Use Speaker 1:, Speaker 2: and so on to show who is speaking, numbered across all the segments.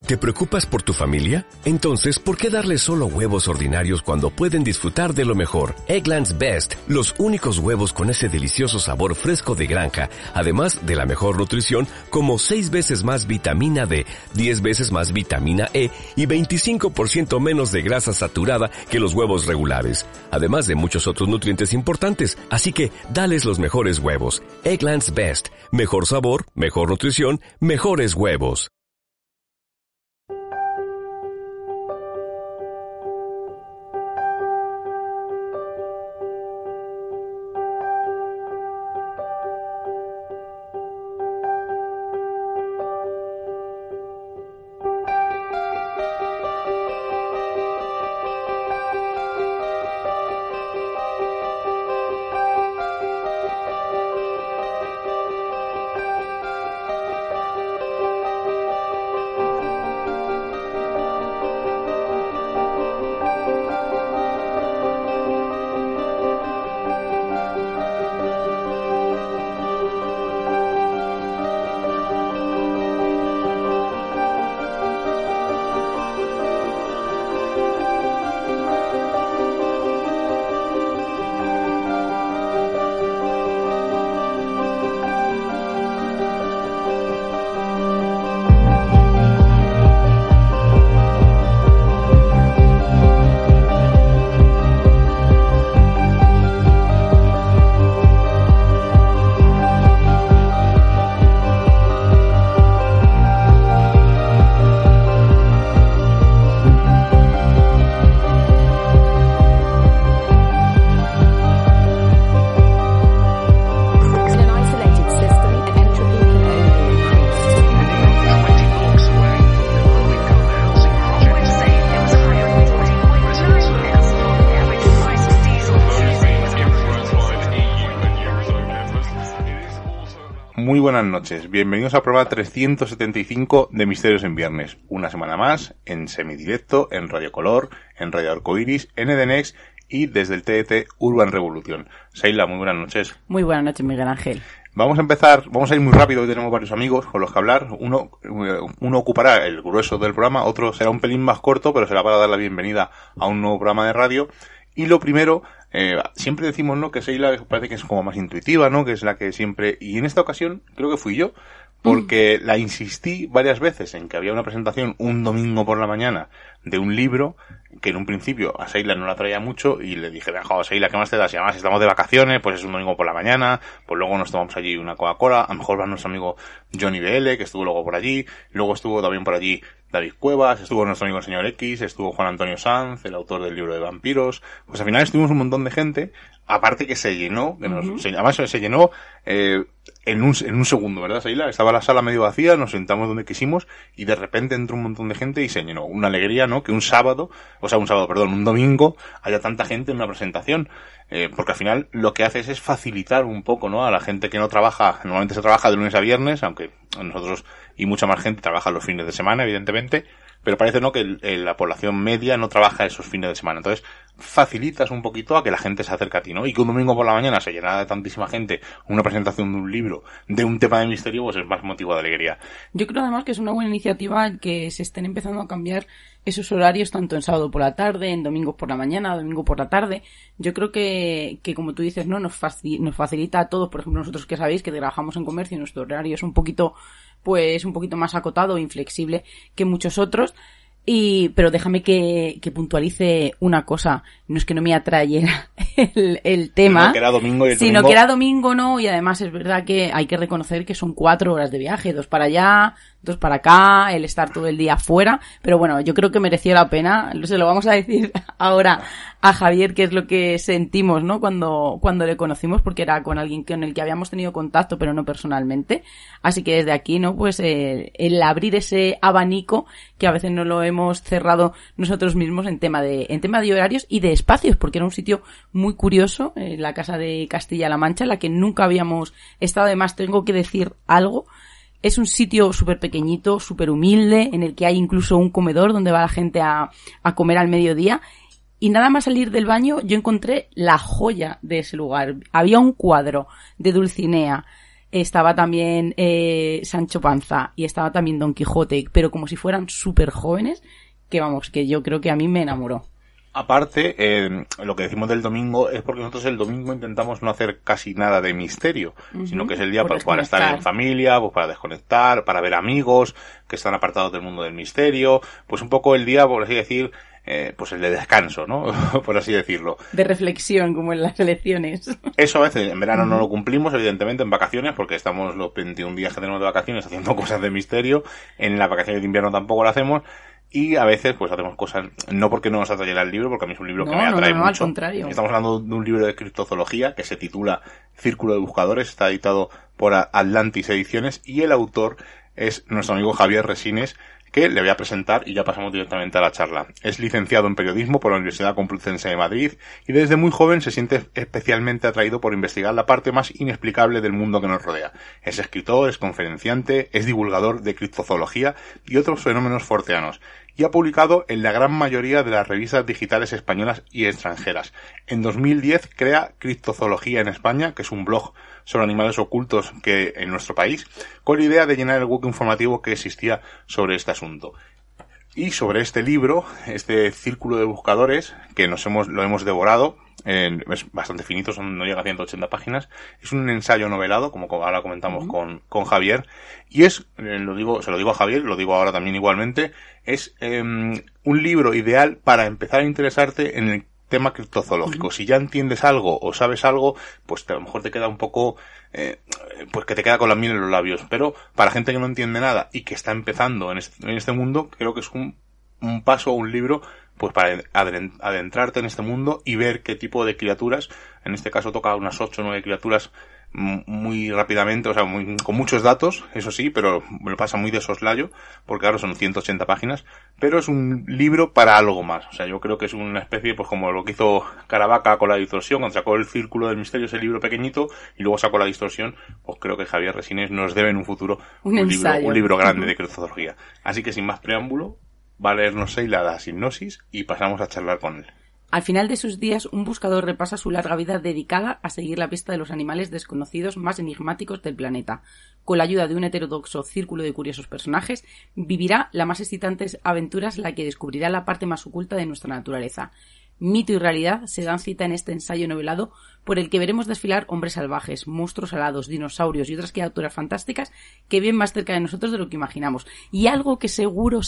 Speaker 1: ¿Te preocupas por tu familia? Entonces, ¿por qué darles solo huevos ordinarios cuando pueden disfrutar de lo mejor? Eggland's Best, los únicos huevos con ese delicioso sabor fresco de granja, además de la mejor nutrición, como 6 veces más vitamina D, 10 veces más vitamina E y 25% menos de grasa saturada que los huevos regulares, además de muchos otros nutrientes importantes. Así que, dales los mejores huevos. Eggland's Best, mejor sabor, mejor nutrición, mejores huevos.
Speaker 2: Muy buenas noches, bienvenidos a prueba 375 de Misterios en Viernes. Una semana más, en semidirecto, en Radio Color, en Radio Arcoiris, en Edenex y desde el TDT Urban Revolución. Seila, muy buenas noches.
Speaker 3: Muy buenas noches, Miguel Ángel.
Speaker 2: Vamos a ir muy rápido, hoy tenemos varios amigos con los que hablar. Uno ocupará el grueso del programa, otro será un pelín más corto, pero será para dar la bienvenida a un nuevo programa de radio. Y lo primero, siempre decimos, ¿no?, que Seila parece que es como más intuitiva, ¿no?, que es la que siempre... Y en esta ocasión creo que fui yo, porque la insistí varias veces en que había una presentación un domingo por la mañana de un libro que en un principio a Seila no la traía mucho y le dije, Seila, ¿qué más te das? Y además estamos de vacaciones, pues es un domingo por la mañana, pues luego nos tomamos allí una Coca-Cola, a lo mejor va nuestro amigo Johnny BL, que estuvo luego por allí, luego estuvo también por allí David Cuevas, estuvo nuestro amigo el señor X, estuvo Juan Antonio Sanz, el autor del libro de vampiros, pues al final estuvimos un montón de gente, aparte que se llenó, además se llenó en un segundo, ¿verdad, Seila? Estaba la sala medio vacía, nos sentamos donde quisimos y de repente entró un montón de gente y se llenó. Una alegría, ¿no?, que un domingo haya tanta gente en una presentación, porque al final lo que haces es facilitar un poco, ¿no?, a la gente que no trabaja. Normalmente se trabaja de lunes a viernes, aunque nosotros y mucha más gente trabaja los fines de semana, evidentemente, pero parece, ¿no?, que la población media no trabaja esos fines de semana. Entonces facilitas un poquito a que la gente se acerque a ti, ¿no? Y que un domingo por la mañana se llenara de tantísima gente una presentación de un libro, de un tema de misterio, pues es más motivo de alegría.
Speaker 3: Yo creo además que es una buena iniciativa el que se estén empezando a cambiar esos horarios, tanto en sábado por la tarde, en domingos por la mañana, domingo por la tarde. Yo creo que como tú dices, ¿no?, nos facilita a todos. Por ejemplo, nosotros que sabéis que trabajamos en comercio y nuestro horario es un poquito más acotado e inflexible que muchos otros. Pero déjame que puntualice una cosa. No es que no me atrayera el tema.
Speaker 2: Sino que era domingo y el
Speaker 3: sino que era domingo, no. Y además es verdad que hay que reconocer que son 4 horas de viaje. 2 para allá, 2 para acá, el estar todo el día fuera. Pero bueno, yo creo que mereció la pena. Se lo vamos a decir ahora a Javier, qué es lo que sentimos, ¿no?, cuando le conocimos, porque era con alguien con el que habíamos tenido contacto, pero no personalmente. Así que desde aquí, ¿no?, pues el abrir ese abanico que a veces no lo hemos cerrado nosotros mismos en tema de horarios y de espacios, porque era un sitio muy curioso, la Casa de Castilla-La Mancha, en la que nunca habíamos estado. Además, tengo que decir algo. Es un sitio súper pequeñito, súper humilde, en el que hay incluso un comedor donde va la gente a comer al mediodía. Y nada más salir del baño, yo encontré la joya de ese lugar. Había un cuadro de Dulcinea estaba también Sancho Panza y estaba también Don Quijote, pero como si fueran súper jóvenes, que vamos, que yo creo que a mí me enamoró.
Speaker 2: Aparte, lo que decimos del domingo es porque nosotros el domingo intentamos no hacer casi nada de misterio, sino que es el día para estar en familia, pues para desconectar, para ver amigos que están apartados del mundo del misterio, pues un poco el día, por así decir, pues el de descanso, ¿no? Por así decirlo.
Speaker 3: De reflexión, como en las elecciones.
Speaker 2: Eso a veces, en verano no lo cumplimos, evidentemente, en vacaciones, porque estamos los 21 días que tenemos de vacaciones haciendo cosas de misterio, en las vacaciones de invierno tampoco lo hacemos, y a veces pues hacemos cosas, no porque no nos atraiga el libro, porque a mí es un libro que me atrae mucho.
Speaker 3: Al contrario.
Speaker 2: Estamos hablando de un libro de criptozoología que se titula Círculo de Buscadores, está editado por Atlantis Ediciones, y el autor es nuestro amigo Javier Resines, que le voy a presentar y ya pasamos directamente a la charla. Es licenciado en periodismo por la Universidad Complutense de Madrid y desde muy joven se siente especialmente atraído por investigar la parte más inexplicable del mundo que nos rodea. Es escritor, es conferenciante, es divulgador de criptozoología y otros fenómenos forteanos, y ha publicado en la gran mayoría de las revistas digitales españolas y extranjeras. En 2010 crea Criptozoología en España, que es un blog sobre animales ocultos que en nuestro país, con la idea de llenar el hueco informativo que existía sobre este asunto. Y sobre este libro, este Círculo de Buscadores, que lo hemos devorado, es bastante finito, no llega a 180 páginas, es un ensayo novelado, como ahora comentamos con Javier, y es, se lo digo a Javier, lo digo ahora también igualmente, es un libro ideal para empezar a interesarte en el tema criptozoológico. Si ya entiendes algo o sabes algo, pues a lo mejor te queda un poco, pues que te queda con la miel en los labios. Pero para gente que no entiende nada y que está empezando en este mundo, creo que es un paso, un libro, pues para adentrarte en este mundo y ver qué tipo de criaturas, en este caso toca unas 8 o 9 criaturas muy rápidamente, o sea, con muchos datos, eso sí, pero me lo pasa muy de soslayo, porque ahora son 180 páginas, pero es un libro para algo más. O sea, yo creo que es una especie, pues como lo que hizo Caravaca con la distorsión, cuando sacó el Círculo del Misterio, ese libro pequeñito, y luego sacó la distorsión, pues creo que Javier Resines nos debe en un futuro un libro grande de criptozoología. Así que sin más preámbulo, va a leernos Seila la sinopsis y pasamos a charlar con él.
Speaker 3: Al final de sus días, un buscador repasa su larga vida dedicada a seguir la pista de los animales desconocidos más enigmáticos del planeta. Con la ayuda de un heterodoxo círculo de curiosos personajes, vivirá las más excitantes aventuras, la que descubrirá la parte más oculta de nuestra naturaleza. Mito y realidad se dan cita en este ensayo novelado por el que veremos desfilar hombres salvajes, monstruos alados, dinosaurios y otras criaturas fantásticas que viven más cerca de nosotros de lo que imaginamos. Y algo que seguro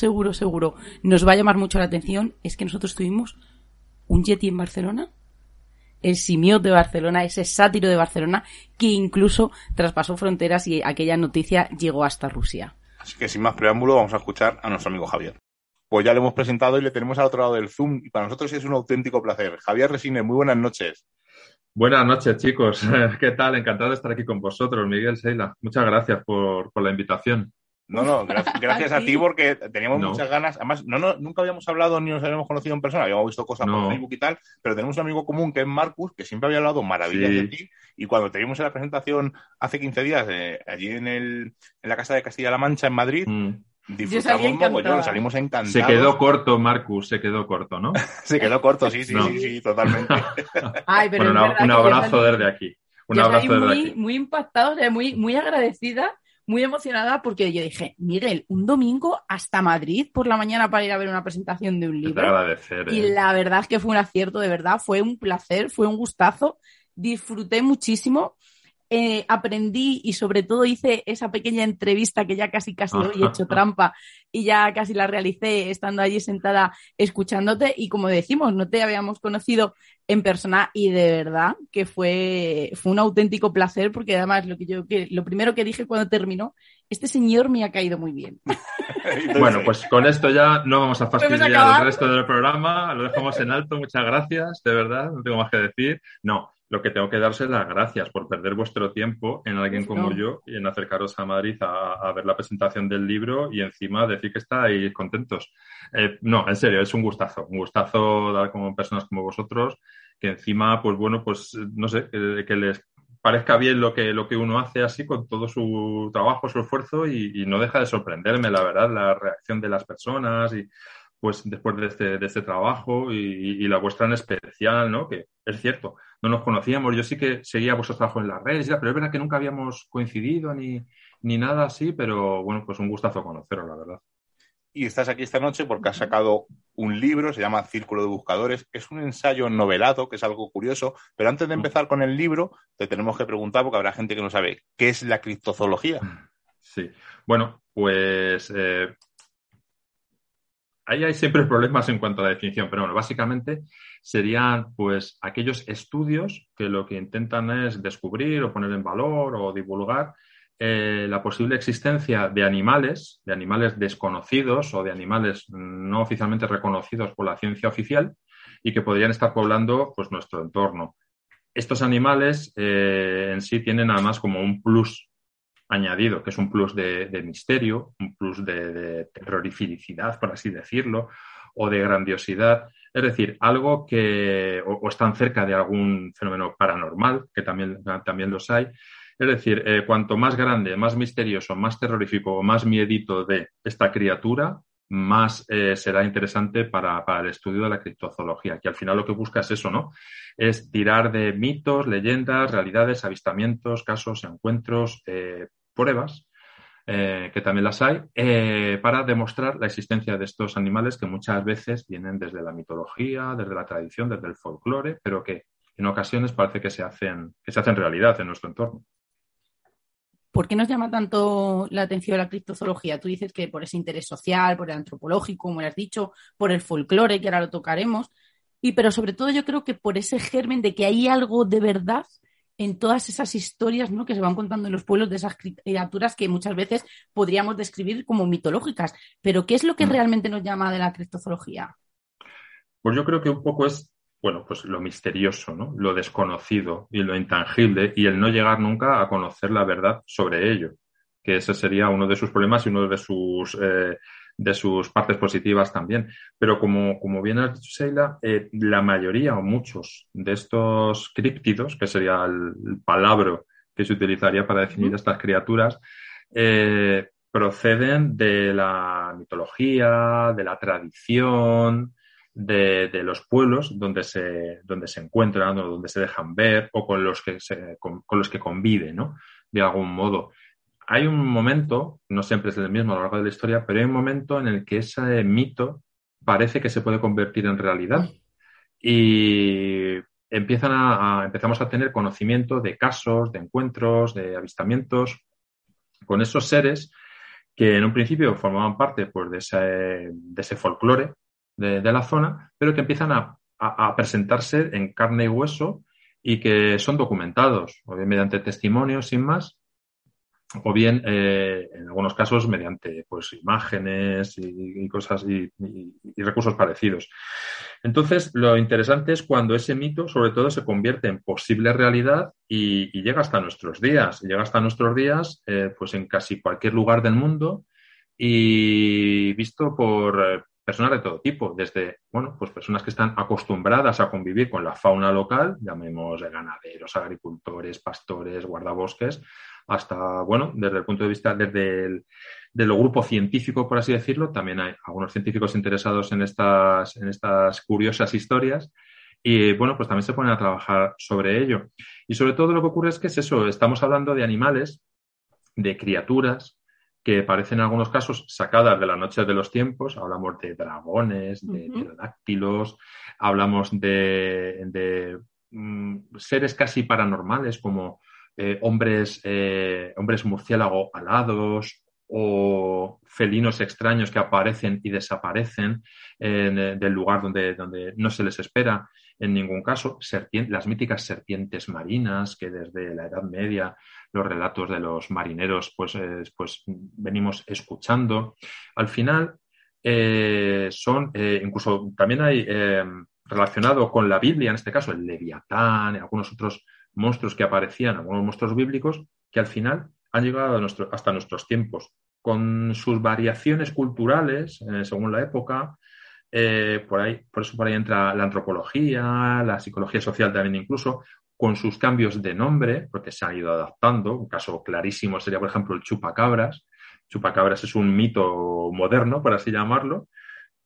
Speaker 3: nos va a llamar mucho la atención es que nosotros tuvimos un yeti en Barcelona, el simiot de Barcelona, ese sátiro de Barcelona, que incluso traspasó fronteras y aquella noticia llegó hasta Rusia.
Speaker 2: Así que sin más preámbulo vamos a escuchar a nuestro amigo Javier. Pues ya le hemos presentado y le tenemos al otro lado del Zoom, y para nosotros es un auténtico placer. Javier Resines, muy buenas noches.
Speaker 4: Buenas noches, chicos. ¿Qué tal? Encantado de estar aquí con vosotros, Miguel, Seila. Muchas gracias por la invitación.
Speaker 2: No, gracias a ti porque teníamos muchas ganas. Además, nunca habíamos hablado ni nos habíamos conocido en persona, habíamos visto cosas por Facebook y tal, pero tenemos un amigo común que es Marcus, que siempre había hablado maravillas de ti, y cuando te vimos en la presentación hace 15 días, allí en la Casa de Castilla-La Mancha, en Madrid, disfrutamos mogollón, salimos encantados.
Speaker 4: Se quedó corto, Marcus, se quedó corto, ¿no?
Speaker 2: Se quedó corto, sí, totalmente.
Speaker 3: Ay, pero
Speaker 4: bueno, un abrazo desde aquí. Un abrazo desde aquí.
Speaker 3: Muy impactado, o sea, muy agradecida, muy emocionada, porque yo dije, Miguel, un domingo hasta Madrid por la mañana para ir a ver una presentación de un libro.
Speaker 4: Agradecer,
Speaker 3: Y la verdad es que fue un acierto, de verdad, fue un placer, fue un gustazo, disfruté muchísimo. Aprendí y sobre todo hice esa pequeña entrevista que ya casi hoy he hecho trampa y ya casi la realicé estando allí sentada escuchándote, y como decimos, no te habíamos conocido en persona y de verdad que fue un auténtico placer, porque además lo primero que dije cuando terminó, este señor me ha caído muy bien.
Speaker 4: Bueno, pues con esto ya no vamos a fastidiar el resto del programa, lo dejamos en alto, muchas gracias, de verdad, no tengo más que decir. No, lo que tengo que darse es las gracias por perder vuestro tiempo en alguien como yo y en acercaros a Madrid a ver la presentación del libro y encima decir que estáis contentos. No, en serio, es un gustazo dar con personas como vosotros, que encima, pues bueno, pues no sé, que les parezca bien lo que uno hace así con todo su trabajo, su esfuerzo, y no deja de sorprenderme, la verdad, la reacción de las personas y pues después de este trabajo y la vuestra en especial, ¿no? Que es cierto, no nos conocíamos. Yo sí que seguía vuestros trabajos en las redes, ya, pero es verdad que nunca habíamos coincidido ni nada así, pero bueno, pues un gustazo conoceros, la verdad.
Speaker 2: Y estás aquí esta noche porque has sacado un libro, se llama Círculo de Buscadores. Es un ensayo novelado, que es algo curioso, pero antes de empezar con el libro, te tenemos que preguntar, porque habrá gente que no sabe, ¿qué es la criptozoología?
Speaker 4: Sí, bueno, pues ahí hay siempre problemas en cuanto a la definición, pero bueno, básicamente serían pues aquellos estudios que lo que intentan es descubrir o poner en valor o divulgar la posible existencia de animales desconocidos o de animales no oficialmente reconocidos por la ciencia oficial y que podrían estar poblando pues nuestro entorno. Estos animales en sí tienen además como un plus añadido, que es un plus de misterio, un plus de terrorificidad, por así decirlo, o de grandiosidad. Es decir, algo que o están cerca de algún fenómeno paranormal, que también los hay. Es decir, cuanto más grande, más misterioso, más terrorífico o más miedito de esta criatura, más será interesante para el estudio de la criptozoología, que al final lo que busca es eso, ¿no? Es tirar de mitos, leyendas, realidades, avistamientos, casos, encuentros, pruebas, que también las hay, para demostrar la existencia de estos animales que muchas veces vienen desde la mitología, desde la tradición, desde el folclore, pero que en ocasiones parece que se hacen realidad en nuestro entorno.
Speaker 3: ¿Por qué nos llama tanto la atención la criptozoología? Tú dices que por ese interés social, por el antropológico, como has dicho, por el folclore, que ahora lo tocaremos, pero sobre todo yo creo que por ese germen de que hay algo de verdad en todas esas historias, ¿no?, que se van contando en los pueblos de esas criaturas que muchas veces podríamos describir como mitológicas. Pero ¿qué es lo que realmente nos llama de la criptozoología?
Speaker 4: Pues yo creo que un poco es, bueno, pues lo misterioso, ¿no? Lo desconocido y lo intangible y el no llegar nunca a conocer la verdad sobre ello, que ese sería uno de sus problemas y uno de sus partes positivas también. Pero como bien has dicho, Sheila, la mayoría o muchos de estos críptidos, que sería el palabra que se utilizaría para definir estas criaturas, proceden de la mitología, de la tradición, de los pueblos donde se encuentran o donde se dejan ver o con los que conviven, ¿no? De algún modo. Hay un momento, no siempre es el mismo a lo largo de la historia, pero hay un momento en el que ese mito parece que se puede convertir en realidad y empezamos a tener conocimiento de casos, de encuentros, de avistamientos con esos seres que en un principio formaban parte pues, de ese folclore de la zona, pero que empiezan a presentarse en carne y hueso y que son documentados, o bien mediante testimonios sin más, o bien en algunos casos mediante pues imágenes y cosas y recursos parecidos. Entonces, lo interesante es cuando ese mito, sobre todo, se convierte en posible realidad y llega hasta nuestros días. Llega hasta nuestros días, pues en casi cualquier lugar del mundo y visto por personas de todo tipo, desde, bueno, pues personas que están acostumbradas a convivir con la fauna local, llamemos ganaderos, agricultores, pastores, guardabosques, hasta, bueno, desde el punto de vista, de lo grupo científico, por así decirlo, también hay algunos científicos interesados en estas curiosas historias y, bueno, pues también se ponen a trabajar sobre ello. Y sobre todo lo que ocurre es que es eso, estamos hablando de animales, de criaturas que parecen en algunos casos sacadas de la noche de los tiempos. Hablamos de dragones, de pterodáctilos, hablamos de seres casi paranormales como hombres murciélago alados o felinos extraños que aparecen y desaparecen del lugar donde no se les espera en ningún caso. Las míticas serpientes marinas que desde la Edad Media los relatos de los marineros pues venimos escuchando. Al final son, incluso también hay relacionado con la Biblia, en este caso el Leviatán y algunos otros monstruos que aparecían, algunos monstruos bíblicos, que al final han llegado hasta nuestros tiempos, con sus variaciones culturales según la época. Por eso por ahí entra la antropología, la psicología social también incluso, con sus cambios de nombre, porque se han ido adaptando. Un caso clarísimo sería, por ejemplo, el chupacabras. Chupacabras es un mito moderno, por así llamarlo,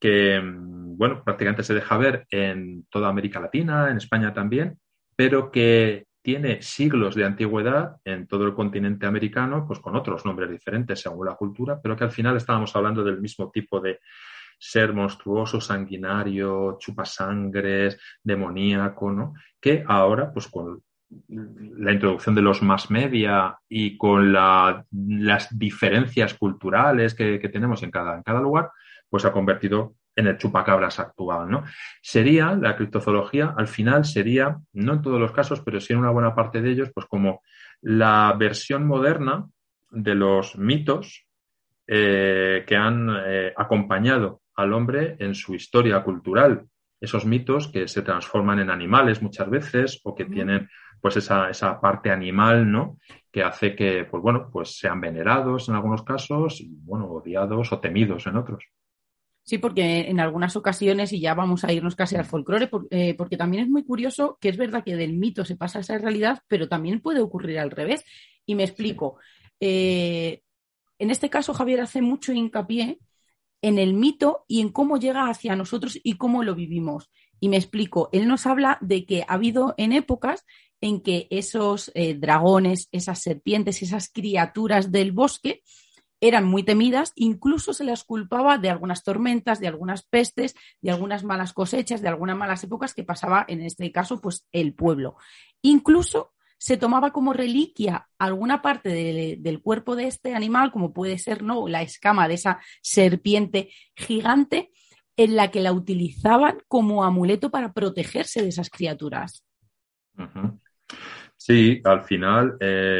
Speaker 4: que, bueno, prácticamente se deja ver en toda América Latina, en España también, pero que tiene siglos de antigüedad en todo el continente americano, pues con otros nombres diferentes según la cultura, pero que al final estábamos hablando del mismo tipo de ser monstruoso, sanguinario, chupasangres, demoníaco, ¿no? Que ahora, pues con la introducción de los mass media y con las diferencias culturales que tenemos en cada lugar, pues se ha convertido en el chupacabras actual, ¿no? Sería, la criptozoología, al final sería, no en todos los casos, pero sí en una buena parte de ellos, pues como la versión moderna de los mitos que han acompañado al hombre en su historia cultural. Esos mitos que se transforman en animales muchas veces o que tienen pues esa parte animal, ¿no? Que hace que, pues bueno, pues sean venerados en algunos casos y, bueno, odiados o temidos en otros.
Speaker 3: Sí, porque en algunas ocasiones, y ya vamos a irnos casi al folclore, porque también es muy curioso que es verdad que del mito se pasa a esa realidad, pero también puede ocurrir al revés. Y me explico. En este caso, Javier hace mucho hincapié en el mito y en cómo llega hacia nosotros y cómo lo vivimos. Y me explico. Él nos habla de que ha habido en épocas en que esos dragones, esas serpientes, esas criaturas del bosque eran muy temidas, incluso se las culpaba de algunas tormentas, de algunas pestes, de algunas malas cosechas, de algunas malas épocas que pasaba, en este caso, pues el pueblo. Incluso se tomaba como reliquia alguna parte del cuerpo de este animal, como puede ser, ¿no?, la escama de esa serpiente gigante, en la que la utilizaban como amuleto para protegerse de esas criaturas.
Speaker 4: Uh-huh. Sí, al final,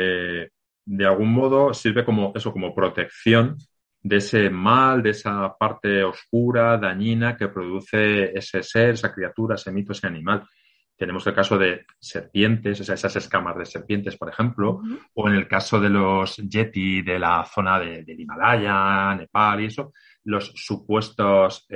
Speaker 4: de algún modo sirve como eso, como protección de ese mal, de esa parte oscura, dañina que produce ese ser, esa criatura, ese mito, ese animal. Tenemos el caso de serpientes, esas escamas de serpientes, por ejemplo, o en el caso de los yeti de la zona del Himalaya, Nepal y eso, los supuestos,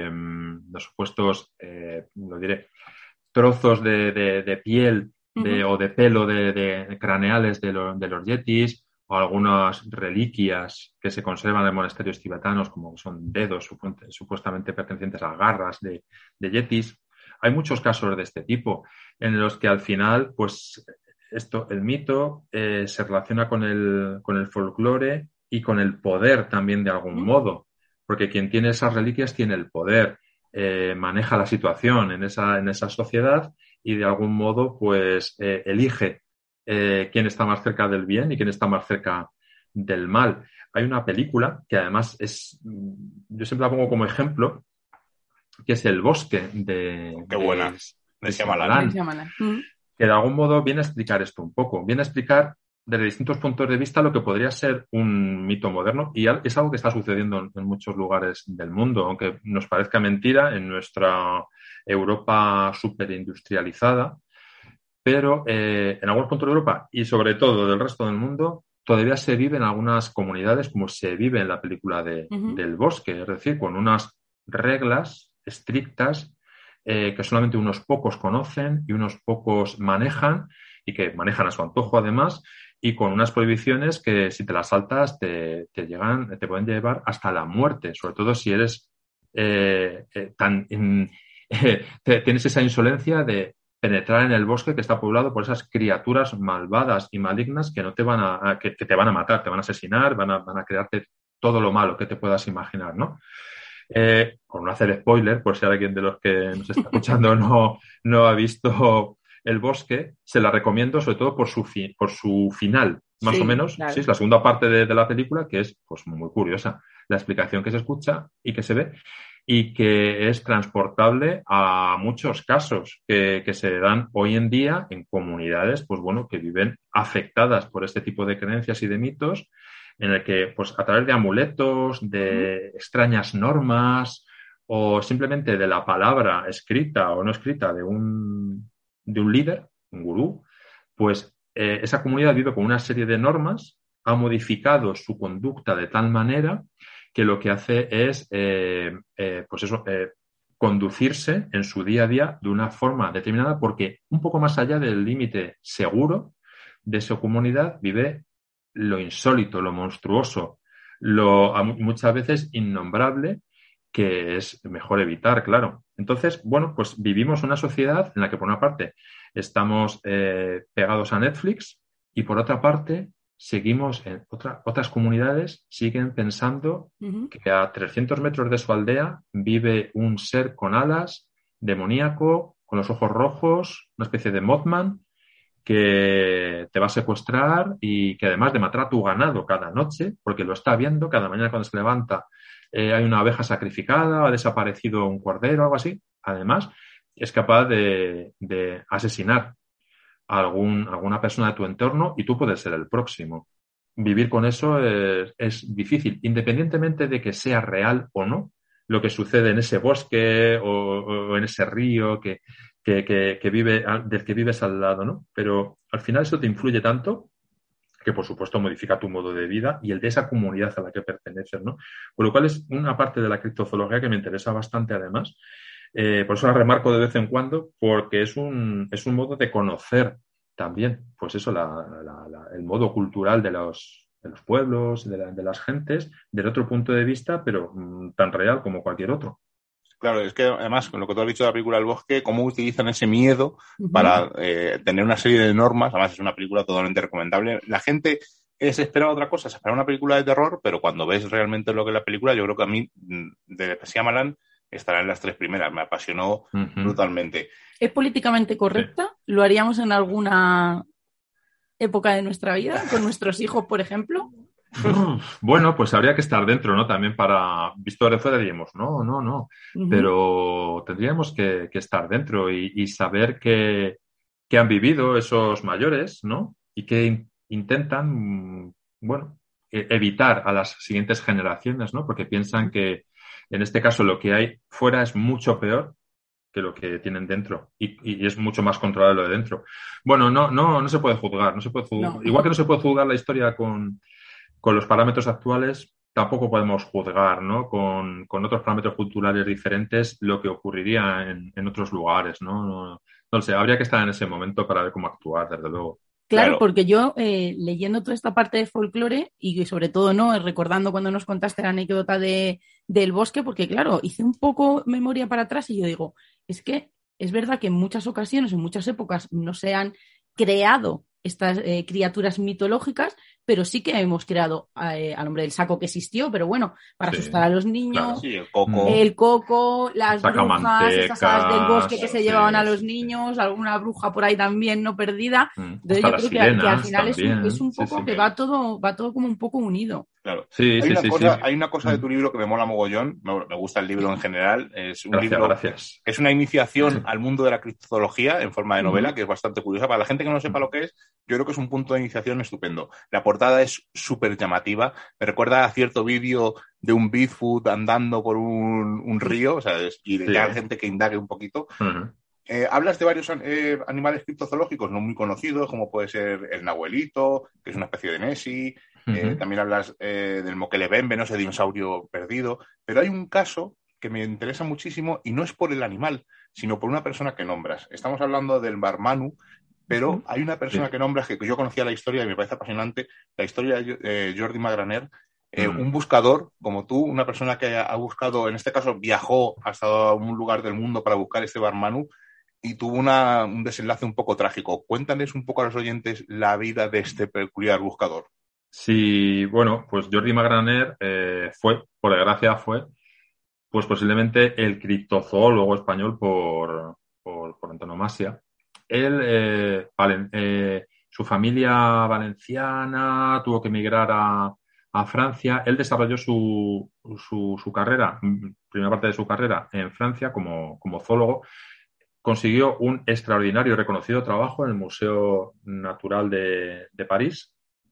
Speaker 4: lo diré, trozos de piel o de pelo de craneales de los yetis, o algunas reliquias que se conservan en monasterios tibetanos, como son dedos supuestamente pertenecientes a garras de yetis. Hay muchos casos de este tipo en los que al final, pues el mito se relaciona con el folclore y con el poder también de algún modo, porque quien tiene esas reliquias tiene el poder, maneja la situación en esa sociedad y de algún modo pues elige quién está más cerca del bien y quién está más cerca del mal. Hay una película que además yo siempre la pongo como ejemplo, que es El bosque de
Speaker 2: Shyamalan,
Speaker 4: que de algún modo viene a explicar esto un poco, viene a explicar desde distintos puntos de vista lo que podría ser un mito moderno, y es algo que está sucediendo en muchos lugares del mundo, aunque nos parezca mentira en nuestra Europa superindustrializada, pero en algunos puntos de Europa y sobre todo del resto del mundo todavía se vive en algunas comunidades como se vive en la película del bosque, es decir, con unas reglas estrictas que solamente unos pocos conocen y unos pocos manejan, y que manejan a su antojo además, y con unas prohibiciones que si te las saltas te pueden llevar hasta la muerte, sobre todo si eres tienes esa insolencia de penetrar en el bosque que está poblado por esas criaturas malvadas y malignas que no te van que te van a matar, te van a asesinar, van a crearte todo lo malo que te puedas imaginar, ¿no? Por no hacer spoiler, por si alguien de los que nos está escuchando no ha visto El bosque, se la recomiendo sobre todo por su final, más o menos. Claro. Sí, es la segunda parte de la película, que es pues muy curiosa. La explicación que se escucha y que se ve, y que es transportable a muchos casos que se dan hoy en día en comunidades, pues bueno, que viven afectadas por este tipo de creencias y de mitos, en el que, pues a través de amuletos, de extrañas normas, o simplemente de la palabra escrita o no escrita de un líder, un gurú, pues esa comunidad vive con una serie de normas, ha modificado su conducta de tal manera que lo que hace es, conducirse en su día a día de una forma determinada, porque un poco más allá del límite seguro de su comunidad vive lo insólito, lo monstruoso, muchas veces innombrable, que es mejor evitar, claro. Entonces, bueno, pues vivimos una sociedad en la que, por una parte, estamos pegados a Netflix y, por otra parte, seguimos en otras comunidades siguen pensando que a 300 metros de su aldea vive un ser con alas, demoníaco, con los ojos rojos, una especie de Mothman, que te va a secuestrar y que además de matar a tu ganado cada noche, porque lo está viendo, cada mañana cuando se levanta hay una oveja sacrificada, ha desaparecido un cordero, algo así. Además, es capaz de asesinar a alguna persona de tu entorno y tú puedes ser el próximo. Vivir con eso es difícil, independientemente de que sea real o no lo que sucede en ese bosque o en ese río del que vives al lado, ¿no? Pero al final eso te influye tanto que, por supuesto, modifica tu modo de vida y el de esa comunidad a la que perteneces, ¿no? Por lo cual es una parte de la criptozoología que me interesa bastante, además. Por eso la remarco de vez en cuando, porque es un modo de conocer también, pues eso, el modo cultural de los pueblos, de las gentes, del otro punto de vista, pero tan real como cualquier otro.
Speaker 2: Claro, es que además, con lo que tú has dicho de la película El Bosque, cómo utilizan ese miedo para tener una serie de normas. Además, es una película totalmente recomendable. La gente se esperaba otra cosa, se esperaba una película de terror, pero cuando ves realmente lo que es la película, yo creo que a mí, de Shyamalan, estará en las 3 primeras. Me apasionó brutalmente.
Speaker 3: ¿Es políticamente correcta? Sí. ¿Lo haríamos en alguna época de nuestra vida? ¿Con nuestros hijos, por ejemplo?
Speaker 4: Bueno, pues habría que estar dentro, ¿no? También visto de fuera diríamos, no. Pero tendríamos que estar dentro y saber que han vivido esos mayores, ¿no? Y que intentan, bueno, evitar a las siguientes generaciones, ¿no? Porque piensan que en este caso lo que hay fuera es mucho peor que lo que tienen dentro y es mucho más controlable lo de dentro. Bueno, no se puede juzgar, no. Igual que no se puede juzgar la historia con los parámetros actuales, tampoco podemos juzgar, ¿no? Con otros parámetros culturales diferentes lo que ocurriría en otros lugares, ¿no? No lo sé, habría que estar en ese momento para ver cómo actuar, desde luego.
Speaker 3: Claro, porque yo leyendo toda esta parte de folclore y sobre todo no recordando cuando nos contaste la anécdota del bosque, porque claro, hice un poco memoria para atrás y yo digo, es que es verdad que en muchas ocasiones, en muchas épocas no se han creado estas criaturas mitológicas, pero sí que hemos creado al hombre del saco que existió, pero bueno, para asustar a los niños,
Speaker 2: claro. Sí,
Speaker 3: el coco, las brujas, estas aves del bosque que se llevaban a los niños, alguna bruja por ahí también no perdida. Entonces yo creo que al final es un poco que va todo como un poco unido.
Speaker 2: Claro.
Speaker 4: Sí,
Speaker 2: hay una cosa de tu libro que me mola mogollón, me gusta el libro en general, es un libro
Speaker 4: gracias.
Speaker 2: Es una iniciación al mundo de la criptozoología en forma de novela, que es bastante curiosa. Para la gente que no sepa lo que es, yo creo que es un punto de iniciación estupendo. La portada es súper llamativa, me recuerda a cierto vídeo de un Bigfoot andando por un río, ¿sabes? Y de la gente que indague un poquito. Hablas de varios animales criptozoológicos no muy conocidos, como puede ser el nahuelito, que es una especie de Nessie. También hablas del Moquelebembe, ese dinosaurio perdido. Pero hay un caso que me interesa muchísimo y no es por el animal, sino por una persona que nombras. Estamos hablando del Barmanu, pero hay una persona que nombras que yo conocía la historia y me parece apasionante, la historia de Jordi Magraner, un buscador como tú, una persona que ha buscado, en este caso viajó hasta un lugar del mundo para buscar este Barmanu y tuvo un desenlace un poco trágico. Cuéntales un poco a los oyentes la vida de este peculiar buscador.
Speaker 4: Sí, bueno, pues Jordi Magraner por desgracia pues posiblemente el criptozoólogo español por antonomasia. Él, su familia valenciana tuvo que emigrar a Francia. Él desarrolló su carrera, primera parte de su carrera en Francia como zoólogo. Consiguió un extraordinario y reconocido trabajo en el Museo Natural de París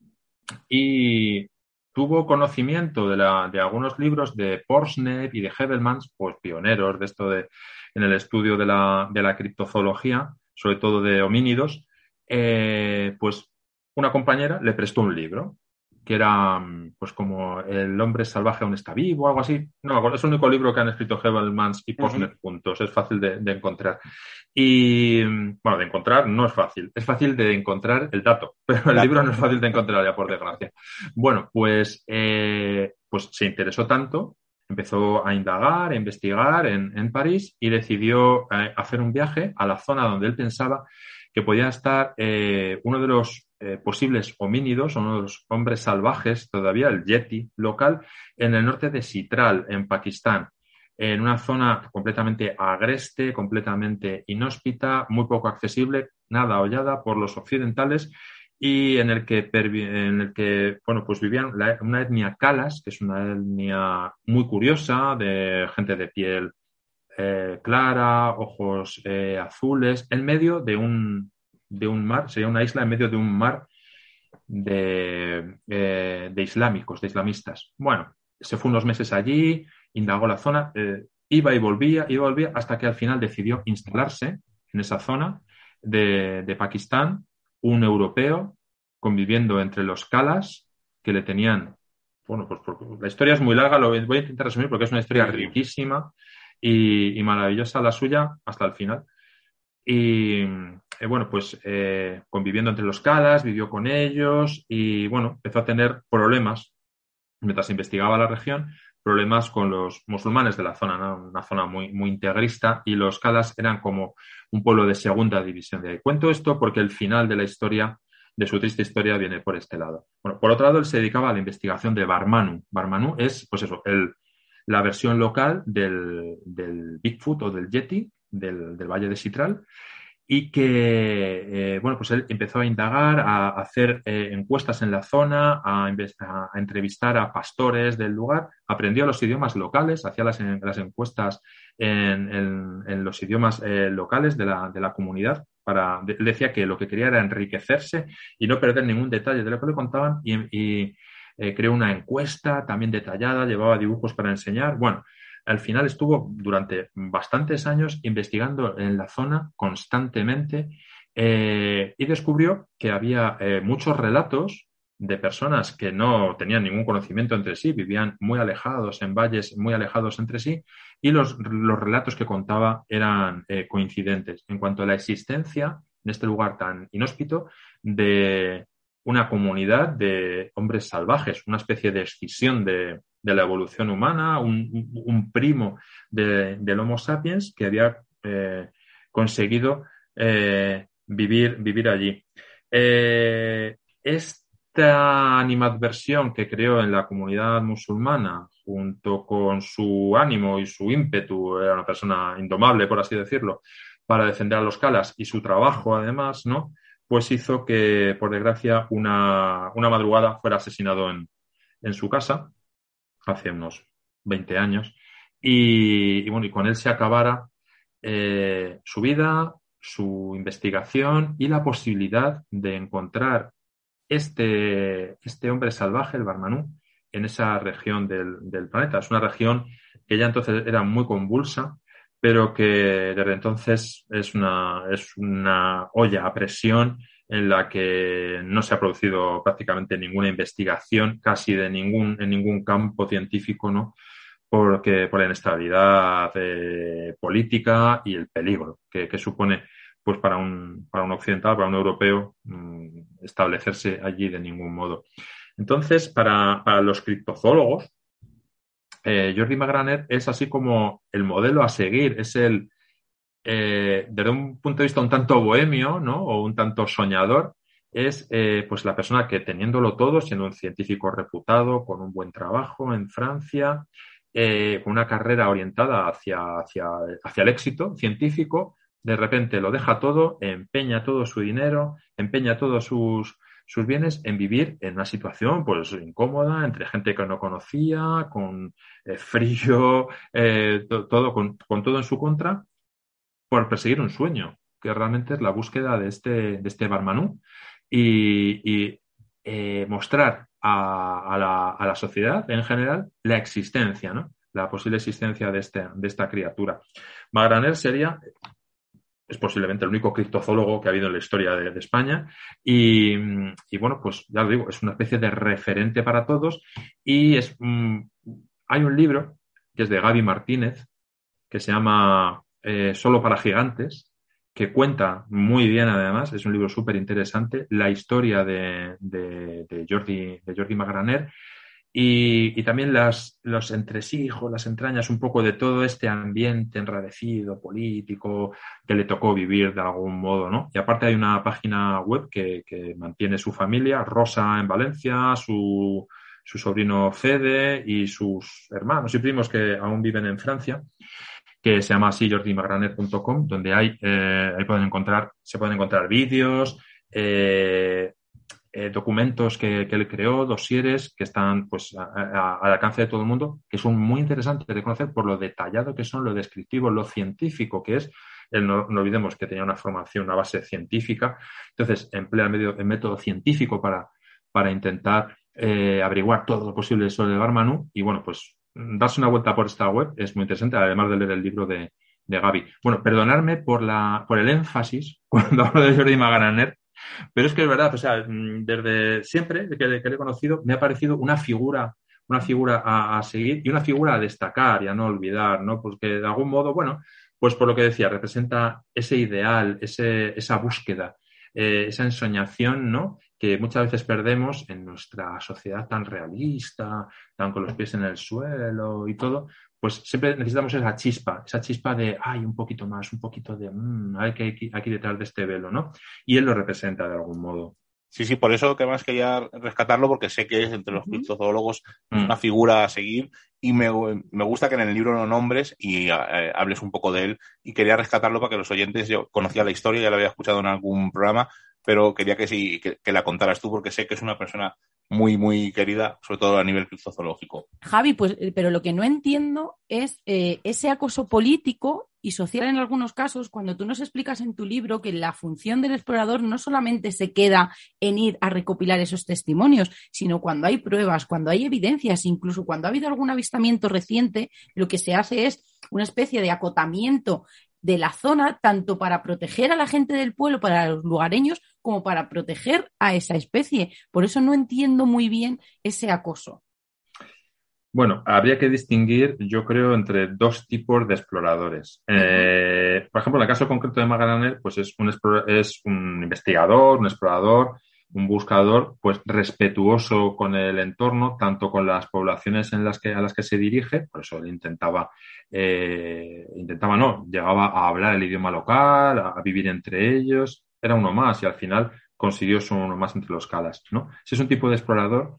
Speaker 4: y tuvo conocimiento de algunos libros de Porsnep y de Hebelmans, pues pioneros de esto en el estudio de la criptozoología, sobre todo de homínidos. Pues una compañera le prestó un libro que era pues como El hombre salvaje aún está vivo o algo así. No, es el único libro que han escrito Hebelmans y Porsnep juntos. Es fácil de encontrar. Y, bueno, de encontrar no es fácil. Es fácil de encontrar el dato, pero el libro no es fácil de encontrar ya, por desgracia. Bueno, pues se interesó tanto empezó a indagar, a investigar en París y decidió hacer un viaje a la zona donde él pensaba que podía estar uno de los posibles homínidos, uno de los hombres salvajes todavía, el Yeti local, en el norte de Chitral, en Pakistán, en una zona completamente agreste, completamente inhóspita, muy poco accesible, nada hollada por los occidentales, y en el que bueno, pues vivían una etnia Kalas, que es una etnia muy curiosa, de gente de piel clara, ojos azules, en medio de un mar, sería una isla en medio de un mar de islámicos, de islamistas. Bueno, se fue unos meses allí, indagó la zona, iba y volvía, hasta que al final decidió instalarse en esa zona de Pakistán, un europeo conviviendo entre los Kalas que le tenían. Bueno, pues la historia es muy larga, lo voy a intentar resumir porque es una historia riquísima y maravillosa la suya hasta el final. Y bueno, pues conviviendo entre los Kalas, vivió con ellos y bueno, empezó a tener problemas mientras investigaba la región, problemas con los musulmanes de la zona, ¿no? Una zona muy, muy integrista, y los Kalas eran como un pueblo de segunda división de ahí. Cuento esto porque el final de la historia, de su triste historia, viene por este lado. Bueno, por otro lado, él se dedicaba a la investigación de Barmanu. Barmanu es, pues eso, la versión local del Bigfoot o del Yeti, del Valle de Chitral, y que, bueno, pues él empezó a indagar, a hacer encuestas en la zona, a entrevistar a pastores del lugar, aprendió los idiomas locales, hacía las encuestas en los idiomas locales de la comunidad. Él decía que lo que quería era enriquecerse y no perder ningún detalle de lo que le contaban, y creó una encuesta también detallada, llevaba dibujos para enseñar. Bueno, al final estuvo durante bastantes años investigando en la zona constantemente y descubrió que había muchos relatos de personas que no tenían ningún conocimiento entre sí, vivían muy alejados en valles, muy alejados entre sí, y los relatos que contaba eran coincidentes en cuanto a la existencia en este lugar tan inhóspito de una comunidad de hombres salvajes, una especie de escisión de la evolución humana, un primo del Homo sapiens que había conseguido vivir allí. Esta animadversión que creó en la comunidad musulmana, junto con su ánimo y su ímpetu, era una persona indomable, por así decirlo, para defender a los Kalas, y su trabajo, además, ¿no?, pues hizo que, por desgracia, una madrugada fuera asesinado en su casa, hace unos 20 años, y bueno, y con él se acabara su vida, su investigación y la posibilidad de encontrar este hombre salvaje, el Barmanú, en esa región del planeta. Es una región que ya entonces era muy convulsa, pero que desde entonces es una olla a presión en la que no se ha producido prácticamente ninguna investigación, casi en ningún campo científico, ¿no?, por la inestabilidad política y el peligro que supone, pues, para un occidental, para un europeo, establecerse allí de ningún modo. Entonces, para los criptozoólogos, Jordi Magraner es así como el modelo a seguir, es desde un punto de vista un tanto bohemio, ¿no?, o un tanto soñador, es pues la persona que, teniéndolo todo, siendo un científico reputado, con un buen trabajo en Francia, con una carrera orientada hacia el éxito científico, de repente lo deja todo, empeña todo su dinero, empeña todos sus bienes en vivir en una situación, pues, incómoda, entre gente que no conocía, con frío, todo con todo en su contra, por perseguir un sueño, que realmente es la búsqueda de este Barmanú, y mostrar a la sociedad en general la existencia, ¿no?, la posible existencia de esta criatura. Magraner es posiblemente el único criptozoólogo que ha habido en la historia de España, y bueno, pues ya lo digo, es una especie de referente para todos, y hay un libro que es de Gaby Martínez, que se llama Solo para gigantes, que cuenta muy bien, además, es un libro súper interesante, la historia de Jordi Magraner, Y también los entresijos, las entrañas, un poco de todo este ambiente enrarecido, político, que le tocó vivir de algún modo, ¿no? Y aparte hay una página web que mantiene su familia, Rosa en Valencia, su sobrino Fede y sus hermanos y primos que aún viven en Francia, que se llama así jordimagraner.com, donde ahí se pueden encontrar vídeos, documentos que él creó, dosieres que están pues al alcance de todo el mundo, que son muy interesantes de conocer por lo detallado que son, lo descriptivo, lo científico que es. Él no olvidemos que tenía una formación, una base científica, entonces emplea el método científico para intentar averiguar todo lo posible sobre el Bar Manu y bueno, pues darse una vuelta por esta web es muy interesante, además de leer el libro de Gaby. Bueno, perdonadme por el énfasis cuando hablo de Jordi Magraner, pero es que es verdad, o sea, desde siempre que le he conocido me ha parecido una figura a seguir y una figura a destacar y a no olvidar, ¿no? Porque de algún modo, bueno, pues por lo que decía, representa ese ideal, esa búsqueda, esa ensoñación, ¿no? Que muchas veces perdemos en nuestra sociedad tan realista, tan con los pies en el suelo y todo, pues siempre necesitamos esa chispa de, ay, un poquito más, un poquito de, hay que aquí detrás de este velo, ¿no? Y él lo representa de algún modo.
Speaker 2: Sí, por eso que más quería rescatarlo, porque sé que es entre los criptozoólogos una figura a seguir y me gusta que en el libro lo nombres y hables un poco de él, y quería rescatarlo para que los oyentes, yo conocía la historia, ya la había escuchado en algún programa, pero quería que la contaras tú, porque sé que es una persona muy, muy querida, sobre todo a nivel criptozoológico.
Speaker 3: Javi, pues, pero lo que no entiendo es ese acoso político y social en algunos casos, cuando tú nos explicas en tu libro que la función del explorador no solamente se queda en ir a recopilar esos testimonios, sino cuando hay pruebas, cuando hay evidencias, incluso cuando ha habido algún avistamiento reciente, lo que se hace es una especie de acotamiento de la zona, tanto para proteger a la gente del pueblo, para los lugareños, como para proteger a esa especie. Por eso no entiendo muy bien ese acoso.
Speaker 4: Bueno, habría que distinguir, yo creo, entre dos tipos de exploradores. Por ejemplo, en el caso concreto de Magraner, pues es un investigador, un explorador, un buscador, pues respetuoso con el entorno, tanto con las poblaciones a las que se dirige, por eso él llegaba a hablar el idioma local, a vivir entre ellos, era uno más y al final consiguió ser uno más entre los calas, ¿no? Ese es un tipo de explorador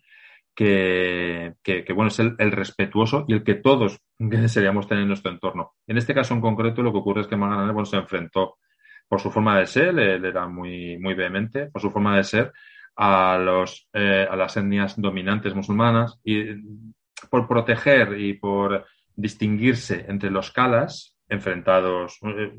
Speaker 4: que bueno, es el respetuoso y el que todos desearíamos tener en nuestro entorno. En este caso en concreto, lo que ocurre es que Magraner, bueno, se enfrentó por su forma de ser, él era muy, muy vehemente, por su forma de ser, a las etnias dominantes musulmanas, y por proteger y por distinguirse entre los calas, enfrentados,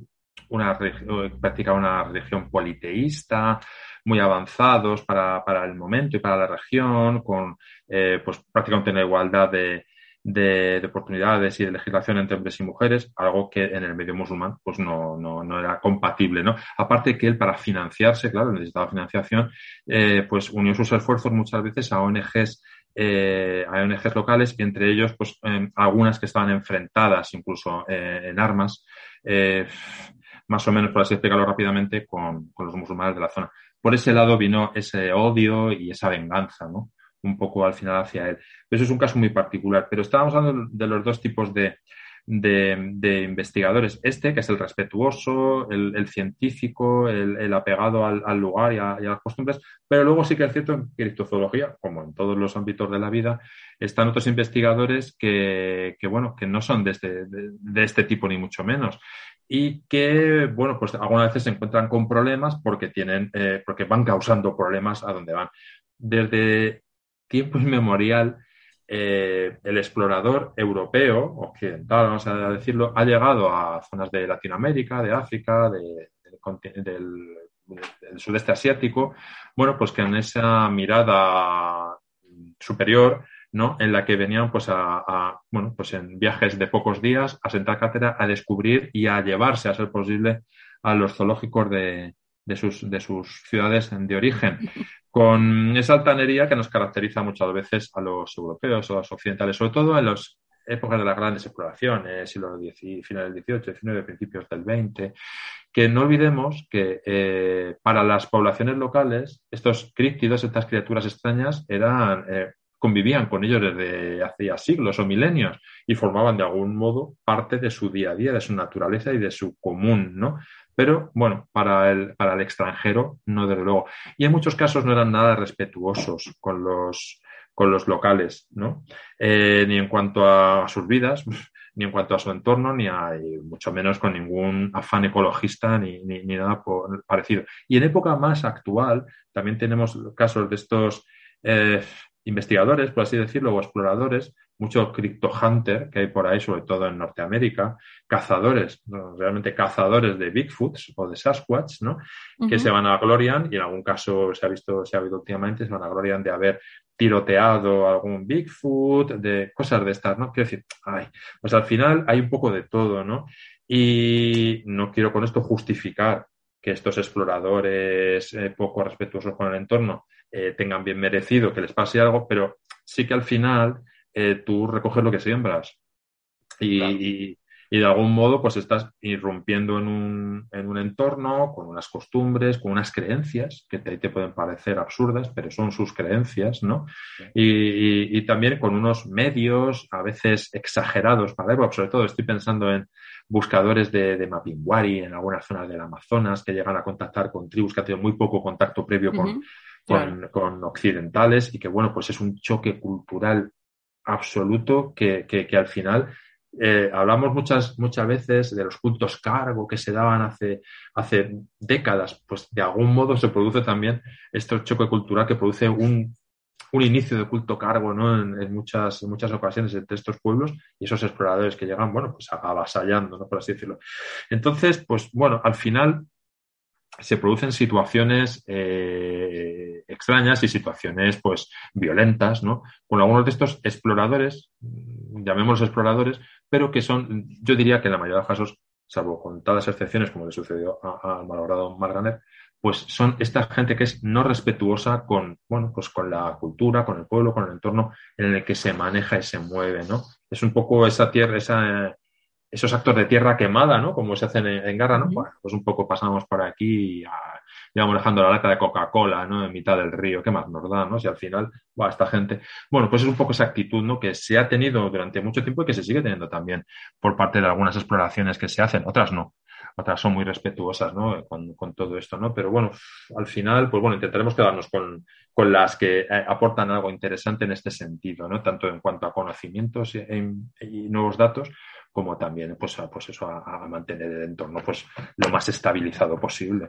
Speaker 4: practicaba una religión politeísta, muy avanzados para el momento y para la región, con pues prácticamente una igualdad de oportunidades y de legislación entre hombres y mujeres, algo que en el medio musulmán pues no era compatible, ¿no? Aparte que él, para financiarse, claro, necesitaba financiación, pues unió sus esfuerzos muchas veces a ONGs locales, y entre ellos pues algunas que estaban enfrentadas incluso en armas, más o menos, por así explicarlo rápidamente, con los musulmanes de la zona. Por ese lado vino ese odio y esa venganza, ¿no? Un poco al final hacia él. Pero eso es un caso muy particular. Pero estábamos hablando de los dos tipos de investigadores. Que es el respetuoso, el científico, el apegado al lugar y a las costumbres. Pero luego sí que es cierto, en criptozoología, como en todos los ámbitos de la vida, están otros investigadores que no son de este tipo, ni mucho menos. Y que, bueno, pues algunas veces se encuentran con problemas porque van causando problemas a donde van. Desde tiempo inmemorial, el explorador europeo, occidental, vamos a decirlo, ha llegado a zonas de Latinoamérica, de África, del sudeste asiático, bueno, pues que en esa mirada superior, ¿no? En la que venían pues pues en viajes de pocos días a sentar cátedra, a descubrir y a llevarse, a ser posible, a los zoológicos de sus ciudades de origen, con esa altanería que nos caracteriza muchas veces a los europeos o a los occidentales, sobre todo en las épocas de las grandes exploraciones, finales del XVIII, XIX, principios del XX, que no olvidemos que para las poblaciones locales estos críptidos, estas criaturas extrañas, eran convivían con ellos desde hacía siglos o milenios y formaban de algún modo parte de su día a día, de su naturaleza y de su común, ¿no? Pero, bueno, para el extranjero, no, desde luego. Y en muchos casos no eran nada respetuosos con los locales, ¿no? Ni en cuanto a sus vidas, ni en cuanto a su entorno, y mucho menos con ningún afán ecologista ni nada parecido. Y en época más actual también tenemos casos de estos investigadores, por así decirlo, o exploradores, mucho crypto-hunter que hay por ahí, sobre todo en Norteamérica, cazadores, ¿no? Realmente cazadores de Bigfoots o de Sasquatch, ¿no? Que se vanaglorian, y en algún caso se ha visto últimamente, se vanaglorian de haber tiroteado algún Bigfoot, de cosas de estas, ¿no? Quiero decir, pues al final hay un poco de todo, ¿no? Y no quiero con esto justificar que estos exploradores poco respetuosos con el entorno tengan bien merecido que les pase algo, pero sí que al final tú recoges lo que siembras y de algún modo pues estás irrumpiendo en un entorno con unas costumbres, con unas creencias que te pueden parecer absurdas, pero son sus creencias, ¿no? Y también con unos medios a veces exagerados para época. Sobre todo estoy pensando en buscadores de Mapinguari en algunas zonas del Amazonas que llegan a contactar con tribus que han tenido muy poco contacto previo con occidentales, y que, bueno, pues es un choque cultural absoluto que al final hablamos muchas veces de los cultos cargo que se daban hace décadas. Pues de algún modo se produce también este choque cultural que produce un inicio de culto cargo, ¿no? En muchas ocasiones entre estos pueblos y esos exploradores que llegan, bueno, pues avasallando, ¿no? Por así decirlo. Entonces, pues bueno, al final se producen situaciones extrañas y situaciones pues violentas, ¿no? Con algunos de estos exploradores, llamémoslos exploradores, pero que son, yo diría que en la mayoría de los casos, salvo contadas excepciones como le sucedió al malogrado Marganer, pues son esta gente que es no respetuosa con, bueno, pues con la cultura, con el pueblo, con el entorno en el que se maneja y se mueve, ¿no? Es un poco esa tierra, esos actos de tierra quemada, ¿no? Como se hacen en guerra, ¿no? Bueno, pues un poco pasamos por aquí y vamos dejando la lata de Coca-Cola, ¿no? En mitad del río. ¿Qué más nos da, no? Si al final, esta gente... Bueno, pues es un poco esa actitud, ¿no? Que se ha tenido durante mucho tiempo y que se sigue teniendo también por parte de algunas exploraciones que se hacen. Otras no. Otras son muy respetuosas, ¿no? Con todo esto, ¿no? Pero bueno, al final, pues bueno, intentaremos quedarnos con las que aportan algo interesante en este sentido, ¿no? Tanto en cuanto a conocimientos y nuevos datos, como también pues eso, a mantener el entorno pues lo más estabilizado posible.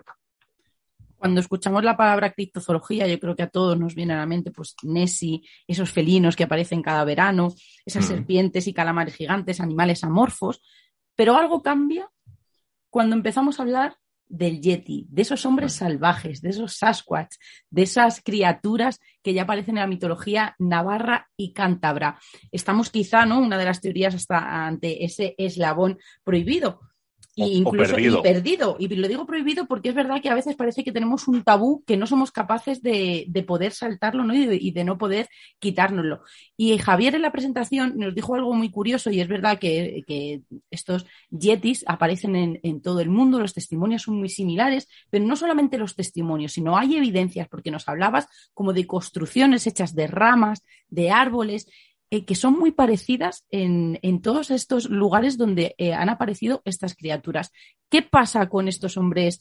Speaker 3: Cuando escuchamos la palabra criptozoología, yo creo que a todos nos viene a la mente pues Nessie, esos felinos que aparecen cada verano, esas serpientes y calamares gigantes, animales amorfos, pero algo cambia cuando empezamos a hablar del Yeti, de esos hombres salvajes, de esos Sasquatch, de esas criaturas que ya aparecen en la mitología navarra y cántabra. Estamos quizá, ¿no? Una de las teorías hasta ante ese eslabón prohibido. Incluso perdido. Y lo digo prohibido porque es verdad que a veces parece que tenemos un tabú que no somos capaces de poder saltarlo, ¿no? y de no poder quitárnoslo. Y Javier en la presentación nos dijo algo muy curioso, y es verdad que estos yetis aparecen en todo el mundo, los testimonios son muy similares, pero no solamente los testimonios, sino hay evidencias, porque nos hablabas como de construcciones hechas de ramas, de árboles, que son muy parecidas en todos estos lugares donde han aparecido estas criaturas. ¿Qué pasa con estos hombres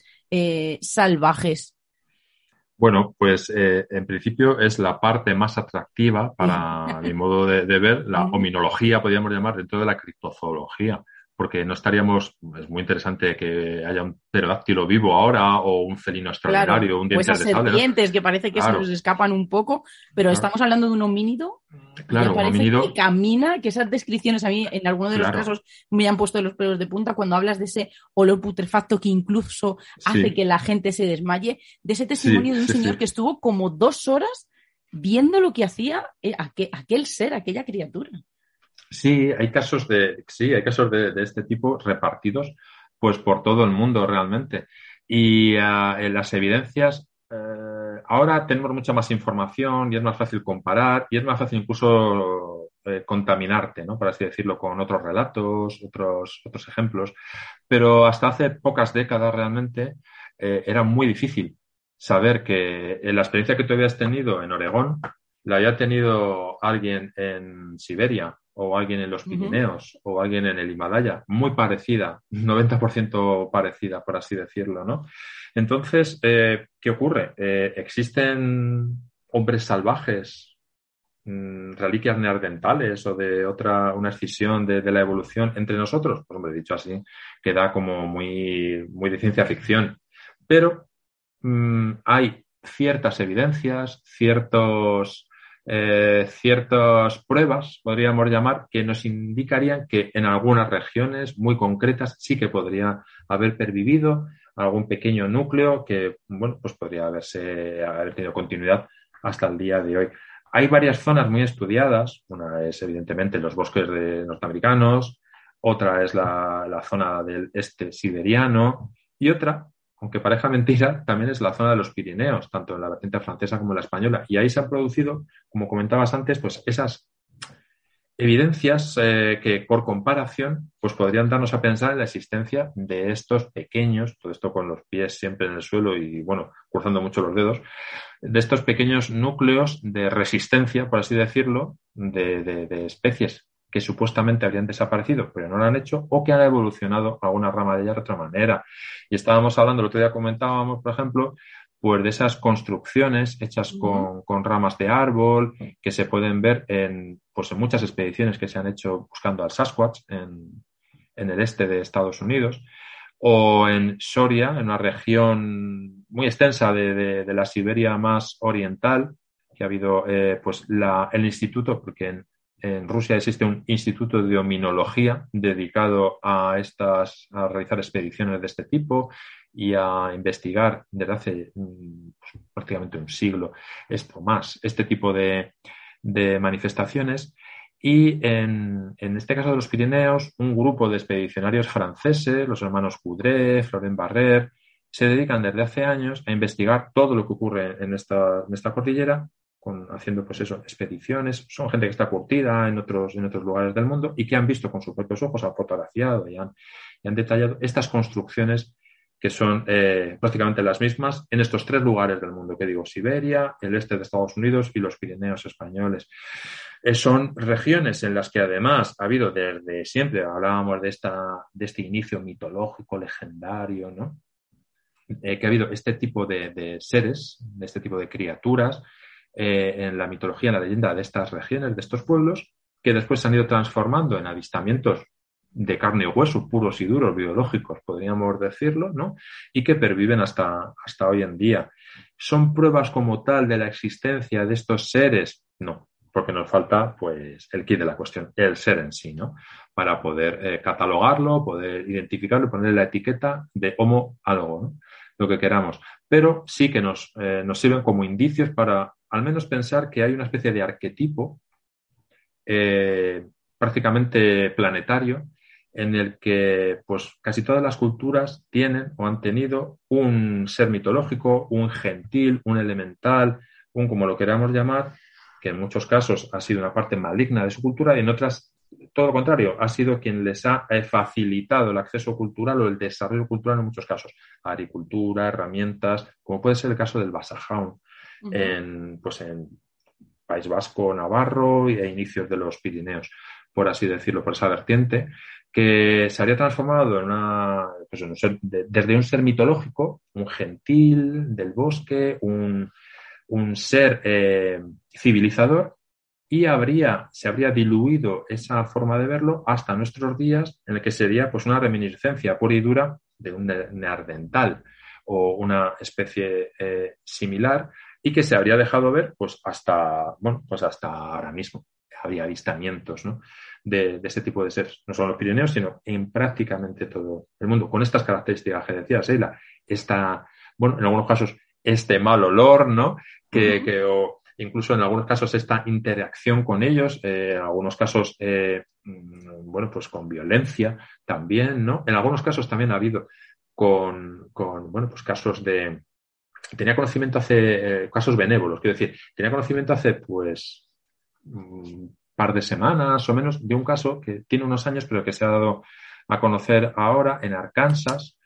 Speaker 3: salvajes?
Speaker 4: Bueno, pues en principio es la parte más atractiva para mi modo de ver, la hominología, podríamos llamar, dentro de la criptozoología. Porque no estaríamos, es muy interesante que haya un pterodáctilo vivo ahora o un felino extraordinario,
Speaker 3: claro,
Speaker 4: un diente de sable,
Speaker 3: serpientes, ¿no? Que parece que se nos escapan un poco, pero estamos hablando de un homínido,
Speaker 4: claro,
Speaker 3: que parece que camina, que esas descripciones a mí en algunos de los casos me han puesto los pelos de punta cuando hablas de ese olor putrefacto que incluso hace que la gente se desmaye, de ese testimonio de un señor que estuvo como 2 horas viendo lo que hacía aquel ser, aquella criatura.
Speaker 4: Sí, hay casos de este tipo repartidos pues por todo el mundo realmente. Y en las evidencias, ahora tenemos mucha más información y es más fácil comparar y es más fácil incluso contaminarte, ¿no? Por así decirlo, con otros relatos, otros ejemplos. Pero hasta hace pocas décadas realmente era muy difícil saber que en la experiencia que tú habías tenido en Oregón, la haya tenido alguien en Siberia o alguien en los Pirineos o alguien en el Himalaya, muy parecida, 90% parecida, por así decirlo, ¿no? Entonces, ¿qué ocurre? ¿Existen hombres salvajes, reliquias neandertales o de una escisión de la evolución entre nosotros? Pues hombre, dicho así, queda como muy, muy de ciencia ficción. Pero hay ciertas evidencias, ciertas pruebas, podríamos llamar, que nos indicarían que en algunas regiones muy concretas sí que podría haber pervivido algún pequeño núcleo que, bueno, pues podría haber tenido continuidad hasta el día de hoy. Hay varias zonas muy estudiadas. Una es, evidentemente, los bosques norteamericanos, otra es la zona del este siberiano y otra, aunque parezca mentira, también es la zona de los Pirineos, tanto en la vertiente francesa como en la española. Y ahí se han producido, como comentabas antes, pues esas evidencias que por comparación pues podrían darnos a pensar en la existencia de estos pequeños, todo esto con los pies siempre en el suelo y bueno, cruzando mucho los dedos, de estos pequeños núcleos de resistencia, por así decirlo, de especies que supuestamente habrían desaparecido, pero no lo han hecho, o que han evolucionado alguna rama de ella de otra manera. Y estábamos hablando, el otro día comentábamos, por ejemplo, pues de esas construcciones hechas con ramas de árbol que se pueden ver en muchas expediciones que se han hecho buscando al Sasquatch en el este de Estados Unidos, o en Soria, en una región muy extensa de la Siberia más oriental, que ha habido el instituto, porque en Rusia existe un instituto de ominología dedicado a realizar expediciones de este tipo y a investigar desde hace prácticamente un siglo este tipo de manifestaciones. Y en este caso de los Pirineos, un grupo de expedicionarios franceses, los hermanos Coudray, Florent Barrère, se dedican desde hace años a investigar todo lo que ocurre en esta cordillera, haciendo expediciones. Son gente que está curtida en otros lugares del mundo y que han visto con sus propios ojos, han fotografiado y han detallado estas construcciones que son prácticamente las mismas en estos 3 lugares del mundo, que digo, Siberia, el este de Estados Unidos y los Pirineos españoles. Son regiones en las que además ha habido desde siempre, hablábamos de este inicio mitológico, legendario, ¿no? Que ha habido este tipo de seres, de este tipo de criaturas en la mitología, en la leyenda de estas regiones, de estos pueblos, que después se han ido transformando en avistamientos de carne y hueso, puros y duros, biológicos, podríamos decirlo, ¿no? Y que perviven hasta hoy en día. ¿Son pruebas como tal de la existencia de estos seres? No, porque nos falta pues el quid de la cuestión, el ser en sí, ¿no? Para poder catalogarlo, poder identificarlo y ponerle la etiqueta de homo algo, ¿no? Lo que queramos. Pero sí que nos sirven como indicios para al menos pensar que hay una especie de arquetipo prácticamente planetario en el que pues casi todas las culturas tienen o han tenido un ser mitológico, un gentil, un elemental, un como lo queramos llamar, que en muchos casos ha sido una parte maligna de su cultura y en otras todo lo contrario, ha sido quien les ha facilitado el acceso cultural o el desarrollo cultural en muchos casos. Agricultura, herramientas, como puede ser el caso del Basajaun en País Vasco, Navarro e inicios de los Pirineos, por así decirlo, por esa vertiente, que se habría transformado en desde un ser mitológico, un gentil del bosque, un ser civilizador, y se habría diluido esa forma de verlo hasta nuestros días, en el que sería pues una reminiscencia pura y dura de un neandertal o una especie similar, y que se habría dejado ver pues hasta ahora mismo. Había avistamientos, ¿no?, de ese tipo de seres, no solo en los Pirineos, sino en prácticamente todo el mundo, con estas características que decía Sheila, en algunos casos este mal olor, ¿no?, o incluso en algunos casos esta interacción con ellos, en algunos casos pues con violencia también, ¿no? En algunos casos también ha habido casos tenía conocimiento casos benévolos, quiero decir, tenía conocimiento hace pues un par de semanas o menos de un caso que tiene unos años pero que se ha dado a conocer ahora en Arkansas,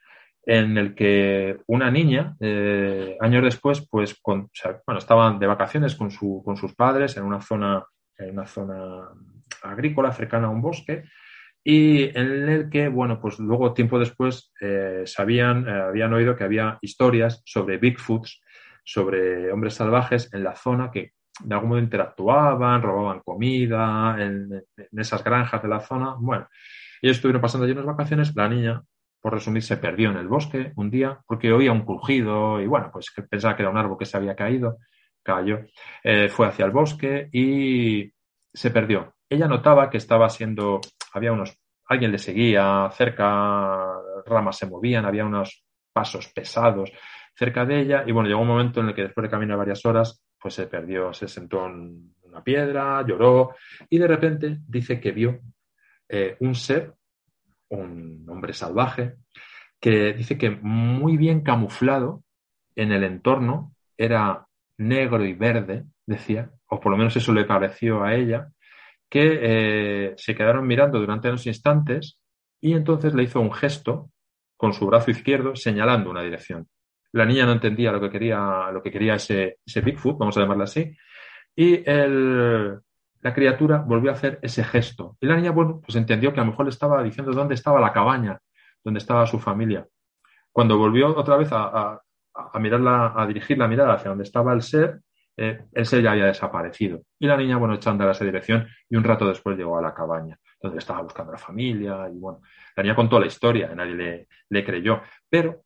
Speaker 4: en el que una niña, años después, pues, estaban de vacaciones con sus padres en una zona agrícola cercana a un bosque, y en el que, bueno, pues luego, tiempo después, habían oído que había historias sobre Bigfoots, sobre hombres salvajes en la zona que de algún modo interactuaban, robaban comida en esas granjas de la zona. Bueno, ellos estuvieron pasando allí unas vacaciones. La niña, por resumir, se perdió en el bosque un día porque oía un crujido y, bueno, pues pensaba que era un árbol que se había caído, cayó, fue hacia el bosque y se perdió. Ella notaba que alguien le seguía cerca, ramas se movían, había unos pasos pesados cerca de ella y, bueno, llegó un momento en el que, después de caminar varias horas, pues se perdió, se sentó en una piedra, lloró y de repente dice que vio un ser, un hombre salvaje, que dice que muy bien camuflado en el entorno, era negro y verde, decía, o por lo menos eso le pareció a ella, que se quedaron mirando durante unos instantes y entonces le hizo un gesto con su brazo izquierdo señalando una dirección. La niña no entendía lo que quería ese Bigfoot, vamos a llamarlo así, y la criatura volvió a hacer ese gesto. Y la niña, bueno, pues entendió que a lo mejor le estaba diciendo dónde estaba la cabaña, dónde estaba su familia. Cuando volvió otra vez a dirigir la mirada hacia donde estaba el ser ya había desaparecido. Y la niña, bueno, echó a andar a esa dirección y un rato después llegó a la cabaña, donde estaba buscando a la familia. Y, bueno, la niña contó la historia, nadie le creyó. Pero